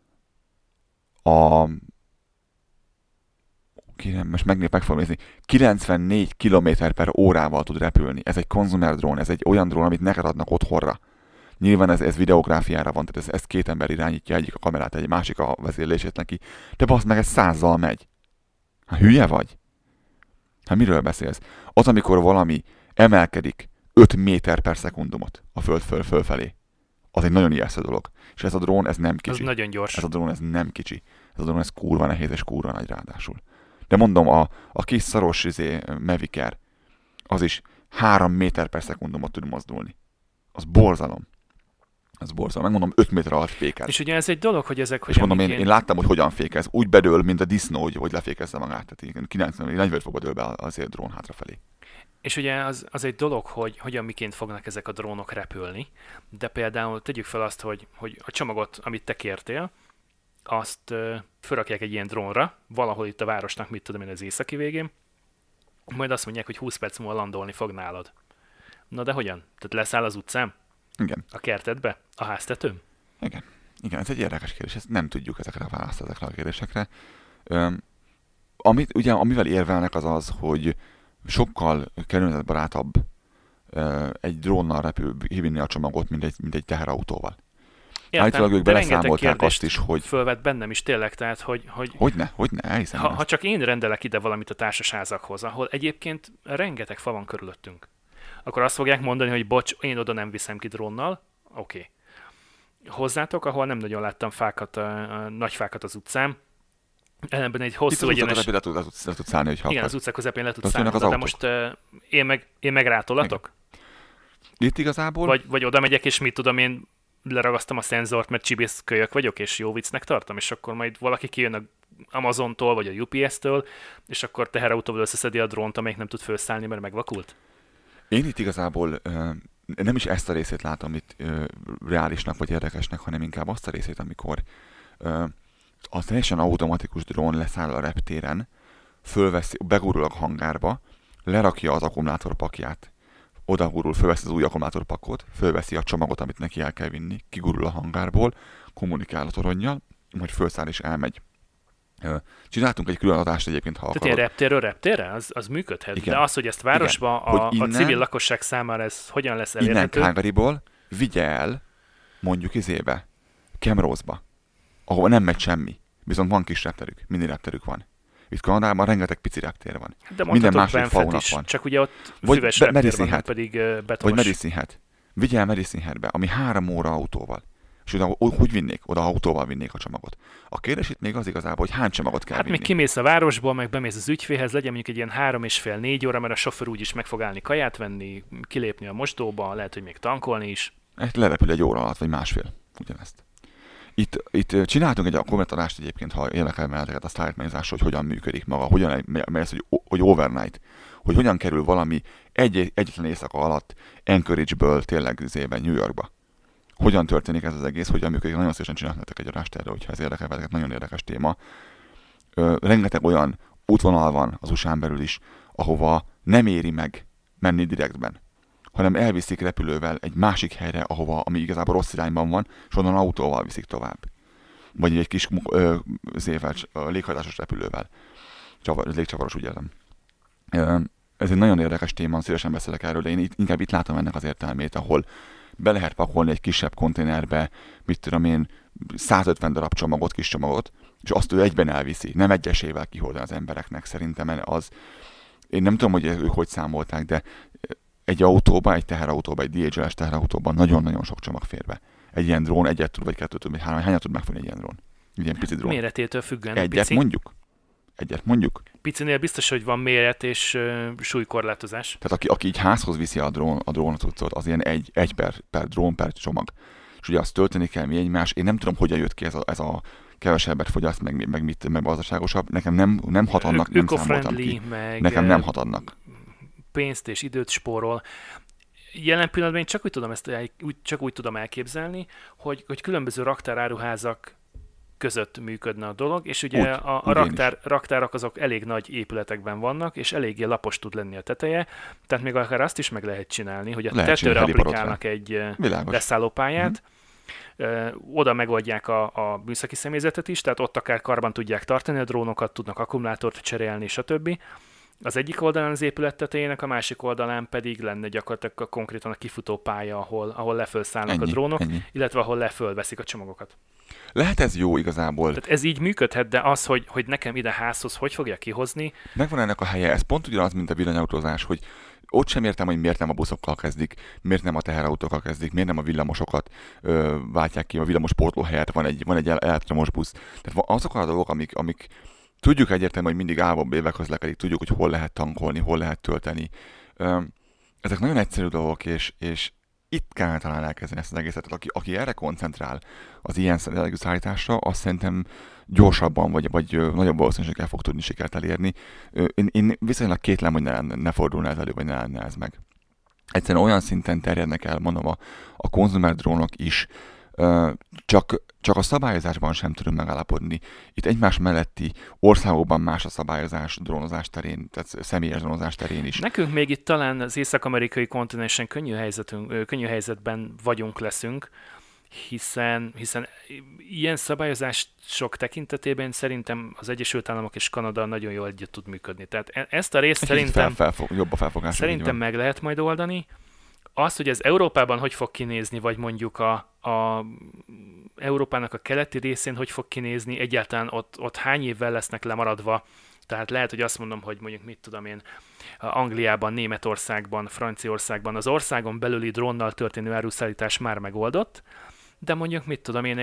most meg fogom nézni, 94 km/h tud repülni. Ez egy konzumer drón, ez egy olyan drón, amit neked adnak otthonra. Nyilván ez videográfiára van, tehát ez két ember irányítja, egyik a kamerát, egy másik a vezérlését neki. De bassz meg, ez 100-zal megy. Hát hülye vagy? Hát miről beszélsz? Az, amikor valami emelkedik 5 méter per szekundumot a föld fölfelé, az egy nagyon ijesztő dolog. És ez a drón, ez nem kicsi. Ez nagyon gyors. Ez a drón, ez nem kicsi. Ez a drón, ez kurva nehéz és kurva nagy ráadásul. De mondom, a kis szaros Mavic Air, az is 3 méter per szekundumot tud mozdulni. Az borzalom. Ez borzalom. Megmondom, 5 méter alatt fékez. És ugye ez egy dolog, hogy ezek... És mondom, én láttam, hogy hogyan fékez. Úgy bedől, mint a disznó, hogy lefékezze magát. Tehát 90 fokba dől be azért drón hátrafelé. És ugye az egy dolog, hogy hogyan miként fognak ezek a drónok repülni, de például tegyük fel azt, hogy a csomagot, amit te kértél, azt fölrakják egy ilyen drónra, valahol itt a városnak, mit tudom én, az északi végén, majd azt mondják, hogy 20 perc múlva landolni fog nálad. Na de hogyan? Tehát leszáll az utcán? Igen. A kertedbe? A háztetőn? Igen, ez egy érdekes kérdés, ezt nem tudjuk ezekre a választ ezekre a kérdésekre. Amivel érvelnek az, hogy sokkal környezetbarátabb egy drónnal vinni a csomagot, mint egy teherautóval. Állítólag ők beleszámolták azt is, hogy... Fölvett bennem is tényleg, tehát hogy... Hogyne, elhiszem. Ha csak én rendelek ide valamit a társasházakhoz, ahol egyébként rengeteg fa van körülöttünk, akkor azt fogják mondani, hogy bocs, én oda nem viszem ki drónnal, oké. Hozzátok, ahol nem nagyon láttam nagy fákat az utcán, ellenben egy hosszú egyenes... Le tudsz állni, hogyha igen, az utca közepén le tudsz állni, de most én meg rátolatok? Itt igazából... Vagy oda megyek, és mit tudom én, leragasztom a szenzort, mert csibész kölyök vagyok, és jó viccnek tartom, és akkor majd valaki kijön a Amazontól, vagy a UPS-től, és akkor teherautóval összeszedi a drónt, amelyik nem tud felszállni, mert megvakult? Én itt igazából nem is ezt a részét látom itt reálisnak vagy érdekesnek, hanem inkább azt a részét, amikor a teljesen automatikus drón leszáll a reptéren, begurul a hangárba, lerakja az akkumulátorpakját, odagurul, fölveszi az új akkumulátorpakot, fölveszi a csomagot, amit neki el kell vinni, kigurul a hangárból, kommunikál a toronnyal, majd fölszáll és elmegy. Csináltunk egy külön adást egyébként, ha akarod. Tehát ilyen reptérről reptérre? Az működhet. Igen. De az, hogy ezt városba a civil lakosság számára ez hogyan lesz elérhető? Innen Calgaryból vigye el mondjuk Camrose-ba, ahol nem megy semmi. Viszont van kis repterük, mini repterük van. Itt Kanadában rengeteg pici reptér van. De minden második falunak van. Csak ugye ott füves reptér van, pedig betonos. Vagy Medicine Hat. Vigye el Medicine Hatbe, ami 3 óra autóval. És oda, hogy vinnék? Oda autóval vinnék a csomagot. A kérdés itt még az igazából, hogy hány csomagot kell vinni. Hát még kimész a városból, meg bemész az ügyfélhez, legyen mondjuk egy ilyen 3,5-4 óra, mert a sofőr úgyis meg fog állni kaját venni, kilépni a mosdóba, lehet, hogy még tankolni is. Lerepül egy óra alatt, vagy másfél. Ugyanezt. Itt csináltunk egy kommentálást egyébként, ha érdekel melletteket a StartMaze-ás, hogy hogyan működik maga, hogyan megy, hogy overnight, hogy hogyan kerül valami egyetlen éjszaka alatt Anchorage-ből tényleg New Yorkba. Hogyan történik ez az egész, hogyan működik. Nagyon szívesen csinálhatok egy adást erre, hogyha ez érdekel veleket, nagyon érdekes téma. Rengeteg olyan útvonal van az USA-n belül is, ahova nem éri meg menni direktben, hanem elviszik repülővel egy másik helyre, ami igazából rossz irányban van, és onnan autóval viszik tovább. vagy egy kis léghajtásos repülővel. Légcsavaros, úgy értem. Ez egy nagyon érdekes téma, szívesen beszélek erről, de én inkább itt látom ennek az értelmét, ahol be lehet pakolni egy kisebb konténerbe, mit tudom én, 150 darab csomagot, kis csomagot, és azt ő egyben elviszi, nem egyesével kihordani az embereknek. Szerintem az, én nem tudom, hogy ők hogy számolták, de egy autóban, egy teherautóban, egy DHL-es teherautóban nagyon-nagyon sok csomag fér be. Egy ilyen drón, egyet tud, vagy kettőt tud, vagy hányat tud megfogni egy ilyen drón? Egy ilyen pici drón. Méretétől függően. Egyet mondjuk. Picinél biztos, hogy van méret és súlykorlátozás. Tehát aki így házhoz viszi a drón cuccot, az ilyen egy per drón per csomag. És ugye azt tölteni kell mi egymás. Én nem tudom, hogyan jött ki ez a kevesebbet fogyaszt, meg gazdaságosabb. Nekem nem hat annak, nem számoltam ki. Nekem nem hat annak. Pénzt és időt spórol. Jelen pillanatban én csak úgy tudom elképzelni, hogy különböző raktáráruházak között működne a dolog, és ugye a raktárak azok elég nagy épületekben vannak, és eléggé lapos tud lenni a teteje, tehát még akár azt is meg lehet csinálni, hogy a tetőre applikálnak egy leszállópályát, oda megoldják a műszaki személyzetet is, tehát ott akár karban tudják tartani a drónokat, tudnak akkumulátort cserélni, stb. Az egyik oldalán az épület tetejének, a másik oldalán pedig lenne gyakorlatilag konkrétan a kifutó pálya, ahol lefölszállnak a drónok, illetve ahol lefölveszik a csomagokat. Lehet ez jó igazából. Tehát ez így működhet, de az, hogy nekem ide házhoz hogy fogja kihozni. Megvan ennek a helye, ez pont ugyanaz, mint a villanyautózás, hogy ott sem értem, hogy miért nem a buszokkal kezdik, miért nem a teherautókkal kezdik, miért nem a villamosokat váltják ki, a villamos pótló helyett van egy elektromos busz. Tehát azok a dolgok, amik tudjuk egyértelműen, hogy mindig A-ból B-be közlekedik, tudjuk, hogy hol lehet tankolni, hol lehet tölteni. Ezek nagyon egyszerű dolgok, és itt kellene talán elkezdeni ezt az egészet. Aki erre koncentrál az ilyen jellegű szállításra, azt szerintem gyorsabban, vagy nagyobb valószínűséggel fog tudni sikert elérni. Én viszonylag kétlem, hogy ne fordulna ez elő, vagy ne lenne ez meg. Egyszerűen olyan szinten terjednek el, mondom, a konzumer drónok is, csak a szabályozásban sem tudunk megállapodni. Itt egymás melletti országokban más a szabályozás drónozás terén, tehát személyes drónozás terén is. Nekünk még itt talán az észak-amerikai kontinensen könnyű helyzetben leszünk, hiszen ilyen szabályozások tekintetében szerintem az Egyesült Államok és Kanada nagyon jól együtt tud működni. Tehát ezt a részt szerintem jobb a felfogás. Szerintem meg lehet majd oldani. Azt, hogy ez Európában hogy fog kinézni, vagy mondjuk a Európának a keleti részén hogy fog kinézni, egyáltalán ott hány évvel lesznek lemaradva. Tehát lehet, hogy azt mondom, hogy mondjuk mit tudom én, Angliában, Németországban, Franciaországban az országon belüli drónnal történő áruszállítás már megoldott, de mondjuk mit tudom én,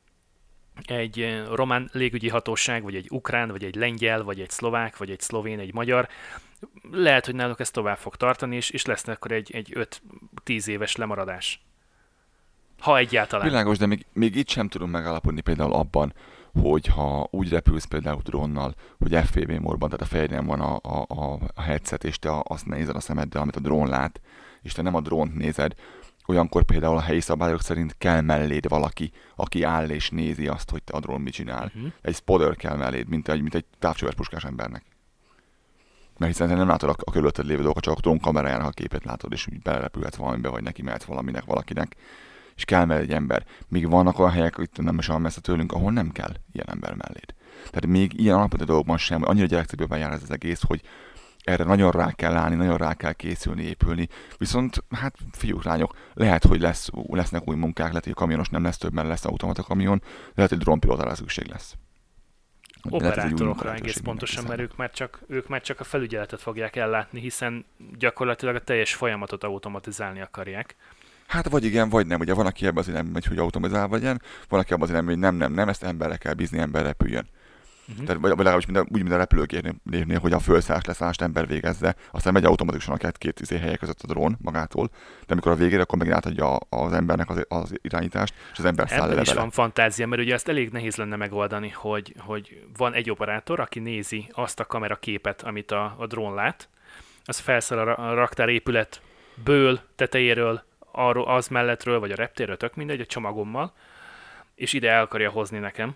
egy román légügyi hatóság, vagy egy ukrán, vagy egy lengyel, vagy egy szlovák, vagy egy szlovén, egy magyar, lehet, hogy náluk ez tovább fog tartani, és lesz akkor egy 5-10 éves lemaradás. Ha egyáltalán. Világos, de még itt sem tudunk megállapodni például abban, hogy ha úgy repülsz például drónnal, hogy FPV módban, tehát a fejedben van a headset, és te azt nézed a szemeddel, amit a drón lát, és te nem a drónt nézed, olyankor például a helyi szabályok szerint kell melléd valaki, aki áll és nézi azt, hogy te a drón mit csinál. Egy spotter kell melléd, mint egy távcsöves embernek. Mert hiszen te nem látod a körülötted lévő dolgokat, csak a drónkamerájának a képet látod, és úgy belerepülhetsz valamibe, vagy neki mehetsz valaminek, valakinek, és kell mellé egy ember. Míg vannak olyan helyek, itt nem is olyan messze tőlünk, ahol nem kell ilyen ember melléd. Tehát még ilyen alapvető dolgokban sem, annyira gyerekcipőben jár ez az egész, hogy erre nagyon rá kell állni, nagyon rá kell készülni, épülni. Viszont, hát fiúk, lányok, lehet, hogy lesznek új munkák, lehet, hogy a kamionos nem lesz több, mert lesz automata kamion, lehet, hogy drónpilótára szükség lesz. Operátorokra egész pontosan, mert ők már csak a felügyeletet fogják ellátni, hiszen gyakorlatilag a teljes folyamatot automatizálni akarják. Hát vagy igen, vagy nem. Ugye van, aki ebben az irányban megy, hogy automatizálva legyen, van, aki abban az irányban, hogy nem, ezt emberre kell bízni, ember repüljön. Tehát, vagy legalábbis úgy, mint a repülőgépnél, hogy a fölszállást, leszállást ember végezze, aztán megy automatikusan a két helye között a drón magától, de amikor a végére, akkor megint átadja az embernek az irányítást, és az ember száll le vele. Ebben is van fantázia, mert ugye ezt elég nehéz lenne megoldani, hogy van egy operátor, aki nézi azt a kameraképet, amit a drón lát, az felszáll a raktárépületből, tetejéről, az mellettről, vagy a reptérről, tök mindegy, a csomagommal, és ide el akarja hozni nekem.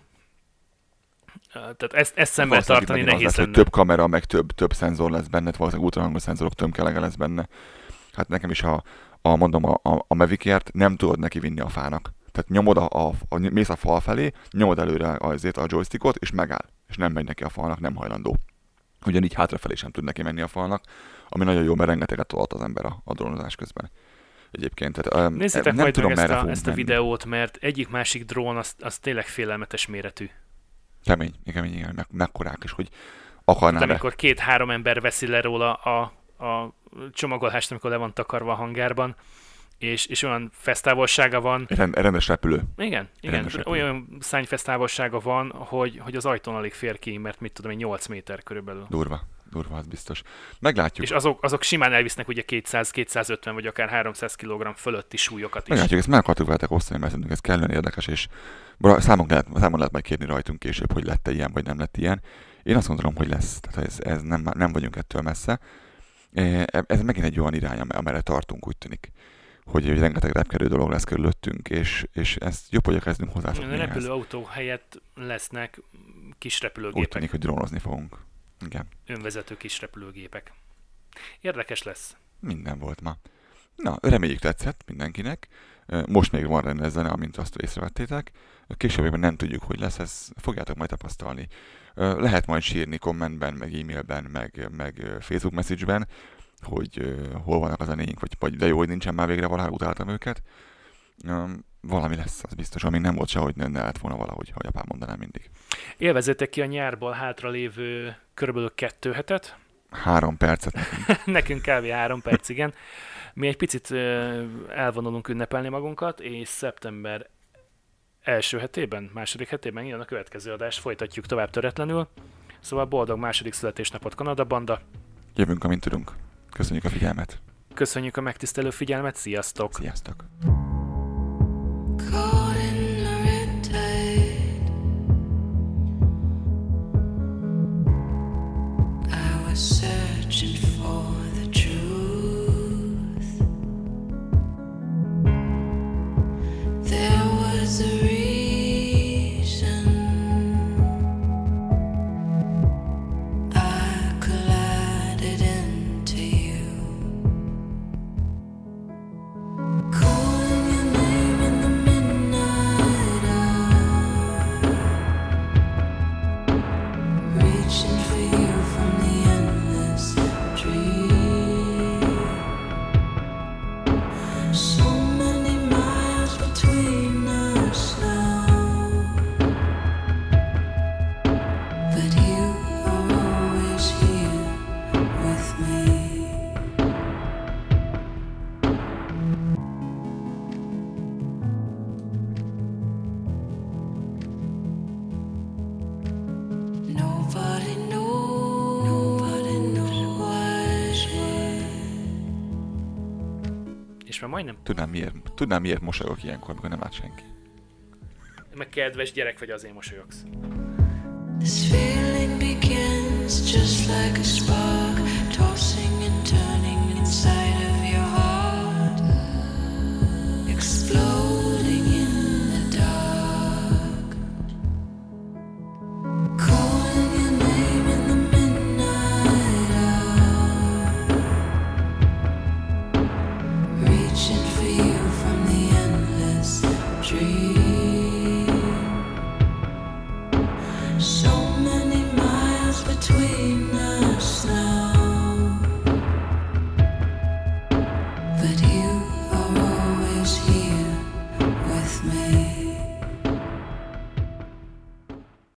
Tehát ezt szemmel tartani nehéz lesz, lenne. Több kamera, meg több szenzor lesz benne, valószínűleg ultrahangos szenzorok tömkelege lesz benne. Hát nekem is mondom, a Mavicért nem tudod neki vinni a fának. Tehát nyomod mész a fal felé, nyomod előre azért a joystickot, és megáll. És nem megy neki a falnak, nem hajlandó. Ugyanígy hátrafelé sem tud neki menni a falnak, ami nagyon jó, mert rengeteget tolt az ember a drónozás közben. Egyébként. Tehát, nézzétek nem majd tudom, meg merre ezt a videót, mert egyik-másik drón az tényleg félelmetes méretű. Kemény, igen, mekkorák is, hogy akarnál tehát amikor 2-3 ember veszi le róla a csomagolást, amikor le van takarva a hangárban, és olyan fesztávolsága van. Rendes repülő. Igen. Olyan szárnyfesztávolsága van, hogy az ajtón alig fér ki, mert mit tudom én, 8 méter körülbelül. Durva, az biztos. Meglátjuk. És azok simán elvisznek ugye 200-250 vagy akár 300 kg fölötti súlyokat is. Meglátjuk, ezt meg akartuk veletek osztani, mert szerintem ez kellően érdekes, és számon lehet majd kérni rajtunk később, hogy lett-e ilyen, vagy nem lett ilyen. Én azt gondolom, hogy lesz. Tehát ez nem vagyunk ettől messze. Ez megint egy olyan irány, amerre tartunk, úgy tűnik. Hogy rengeteg repkedő dolog lesz körülöttünk, és ezt jobb, hogy kezdünk hozzászokni. A repülőautó helyett lesznek kis repülőgépek. Úgy tűnik, hogy drónozni fogunk. Igen. Önvezető kis repülőgépek. Érdekes lesz. Minden volt ma. Na, reméljük tetszett mindenkinek. Most még van rendezve, amint azt észrevettétek. Később nem tudjuk, hogy lesz, ezt fogjátok majd tapasztalni. Lehet majd sírni kommentben, meg e-mailben, meg Facebook message-ben, hogy hol vannak a zenéink, vagy de jó, hogy nincsen már végre valahogy, utáltam őket. Valami lesz, az biztos, ami nem volt se, hogy ne lett volna valahogy, ha apám mondanám mindig. Élvezzétek ki a nyárból hátralévő körülbelül 2 hetet. 3 percet nekünk. Nekünk kb. 3 perc, igen. Mi egy picit elvonulunk ünnepelni magunkat, és szeptember első hetében, második hetében jön a következő adás, folytatjuk tovább töretlenül. Szóval boldog második születésnapot Kanada Banda. Jövünk, amint tudunk. Köszönjük a figyelmet. Köszönjük a megtisztelő figyelmet, sziasztok! Sziasztok! Caught in the red tide, I was searching for the truth. There was a reason I collided into you. Calling your name in the midnight hour, reaching for you from the endless dream. So many miles between us now, but you are always here with me. Nobody knows why. És már majdnem, Tudnám miért mosolygok ilyenkor, amikor nem lát senki. meg kedves gyerek vagy, azért mosolyogsz. This feeling begins just like a spark, tossing and turning inside of your heart, exploding in the dark. Calling your name in the midnight hour, reaching for you from the endless dream.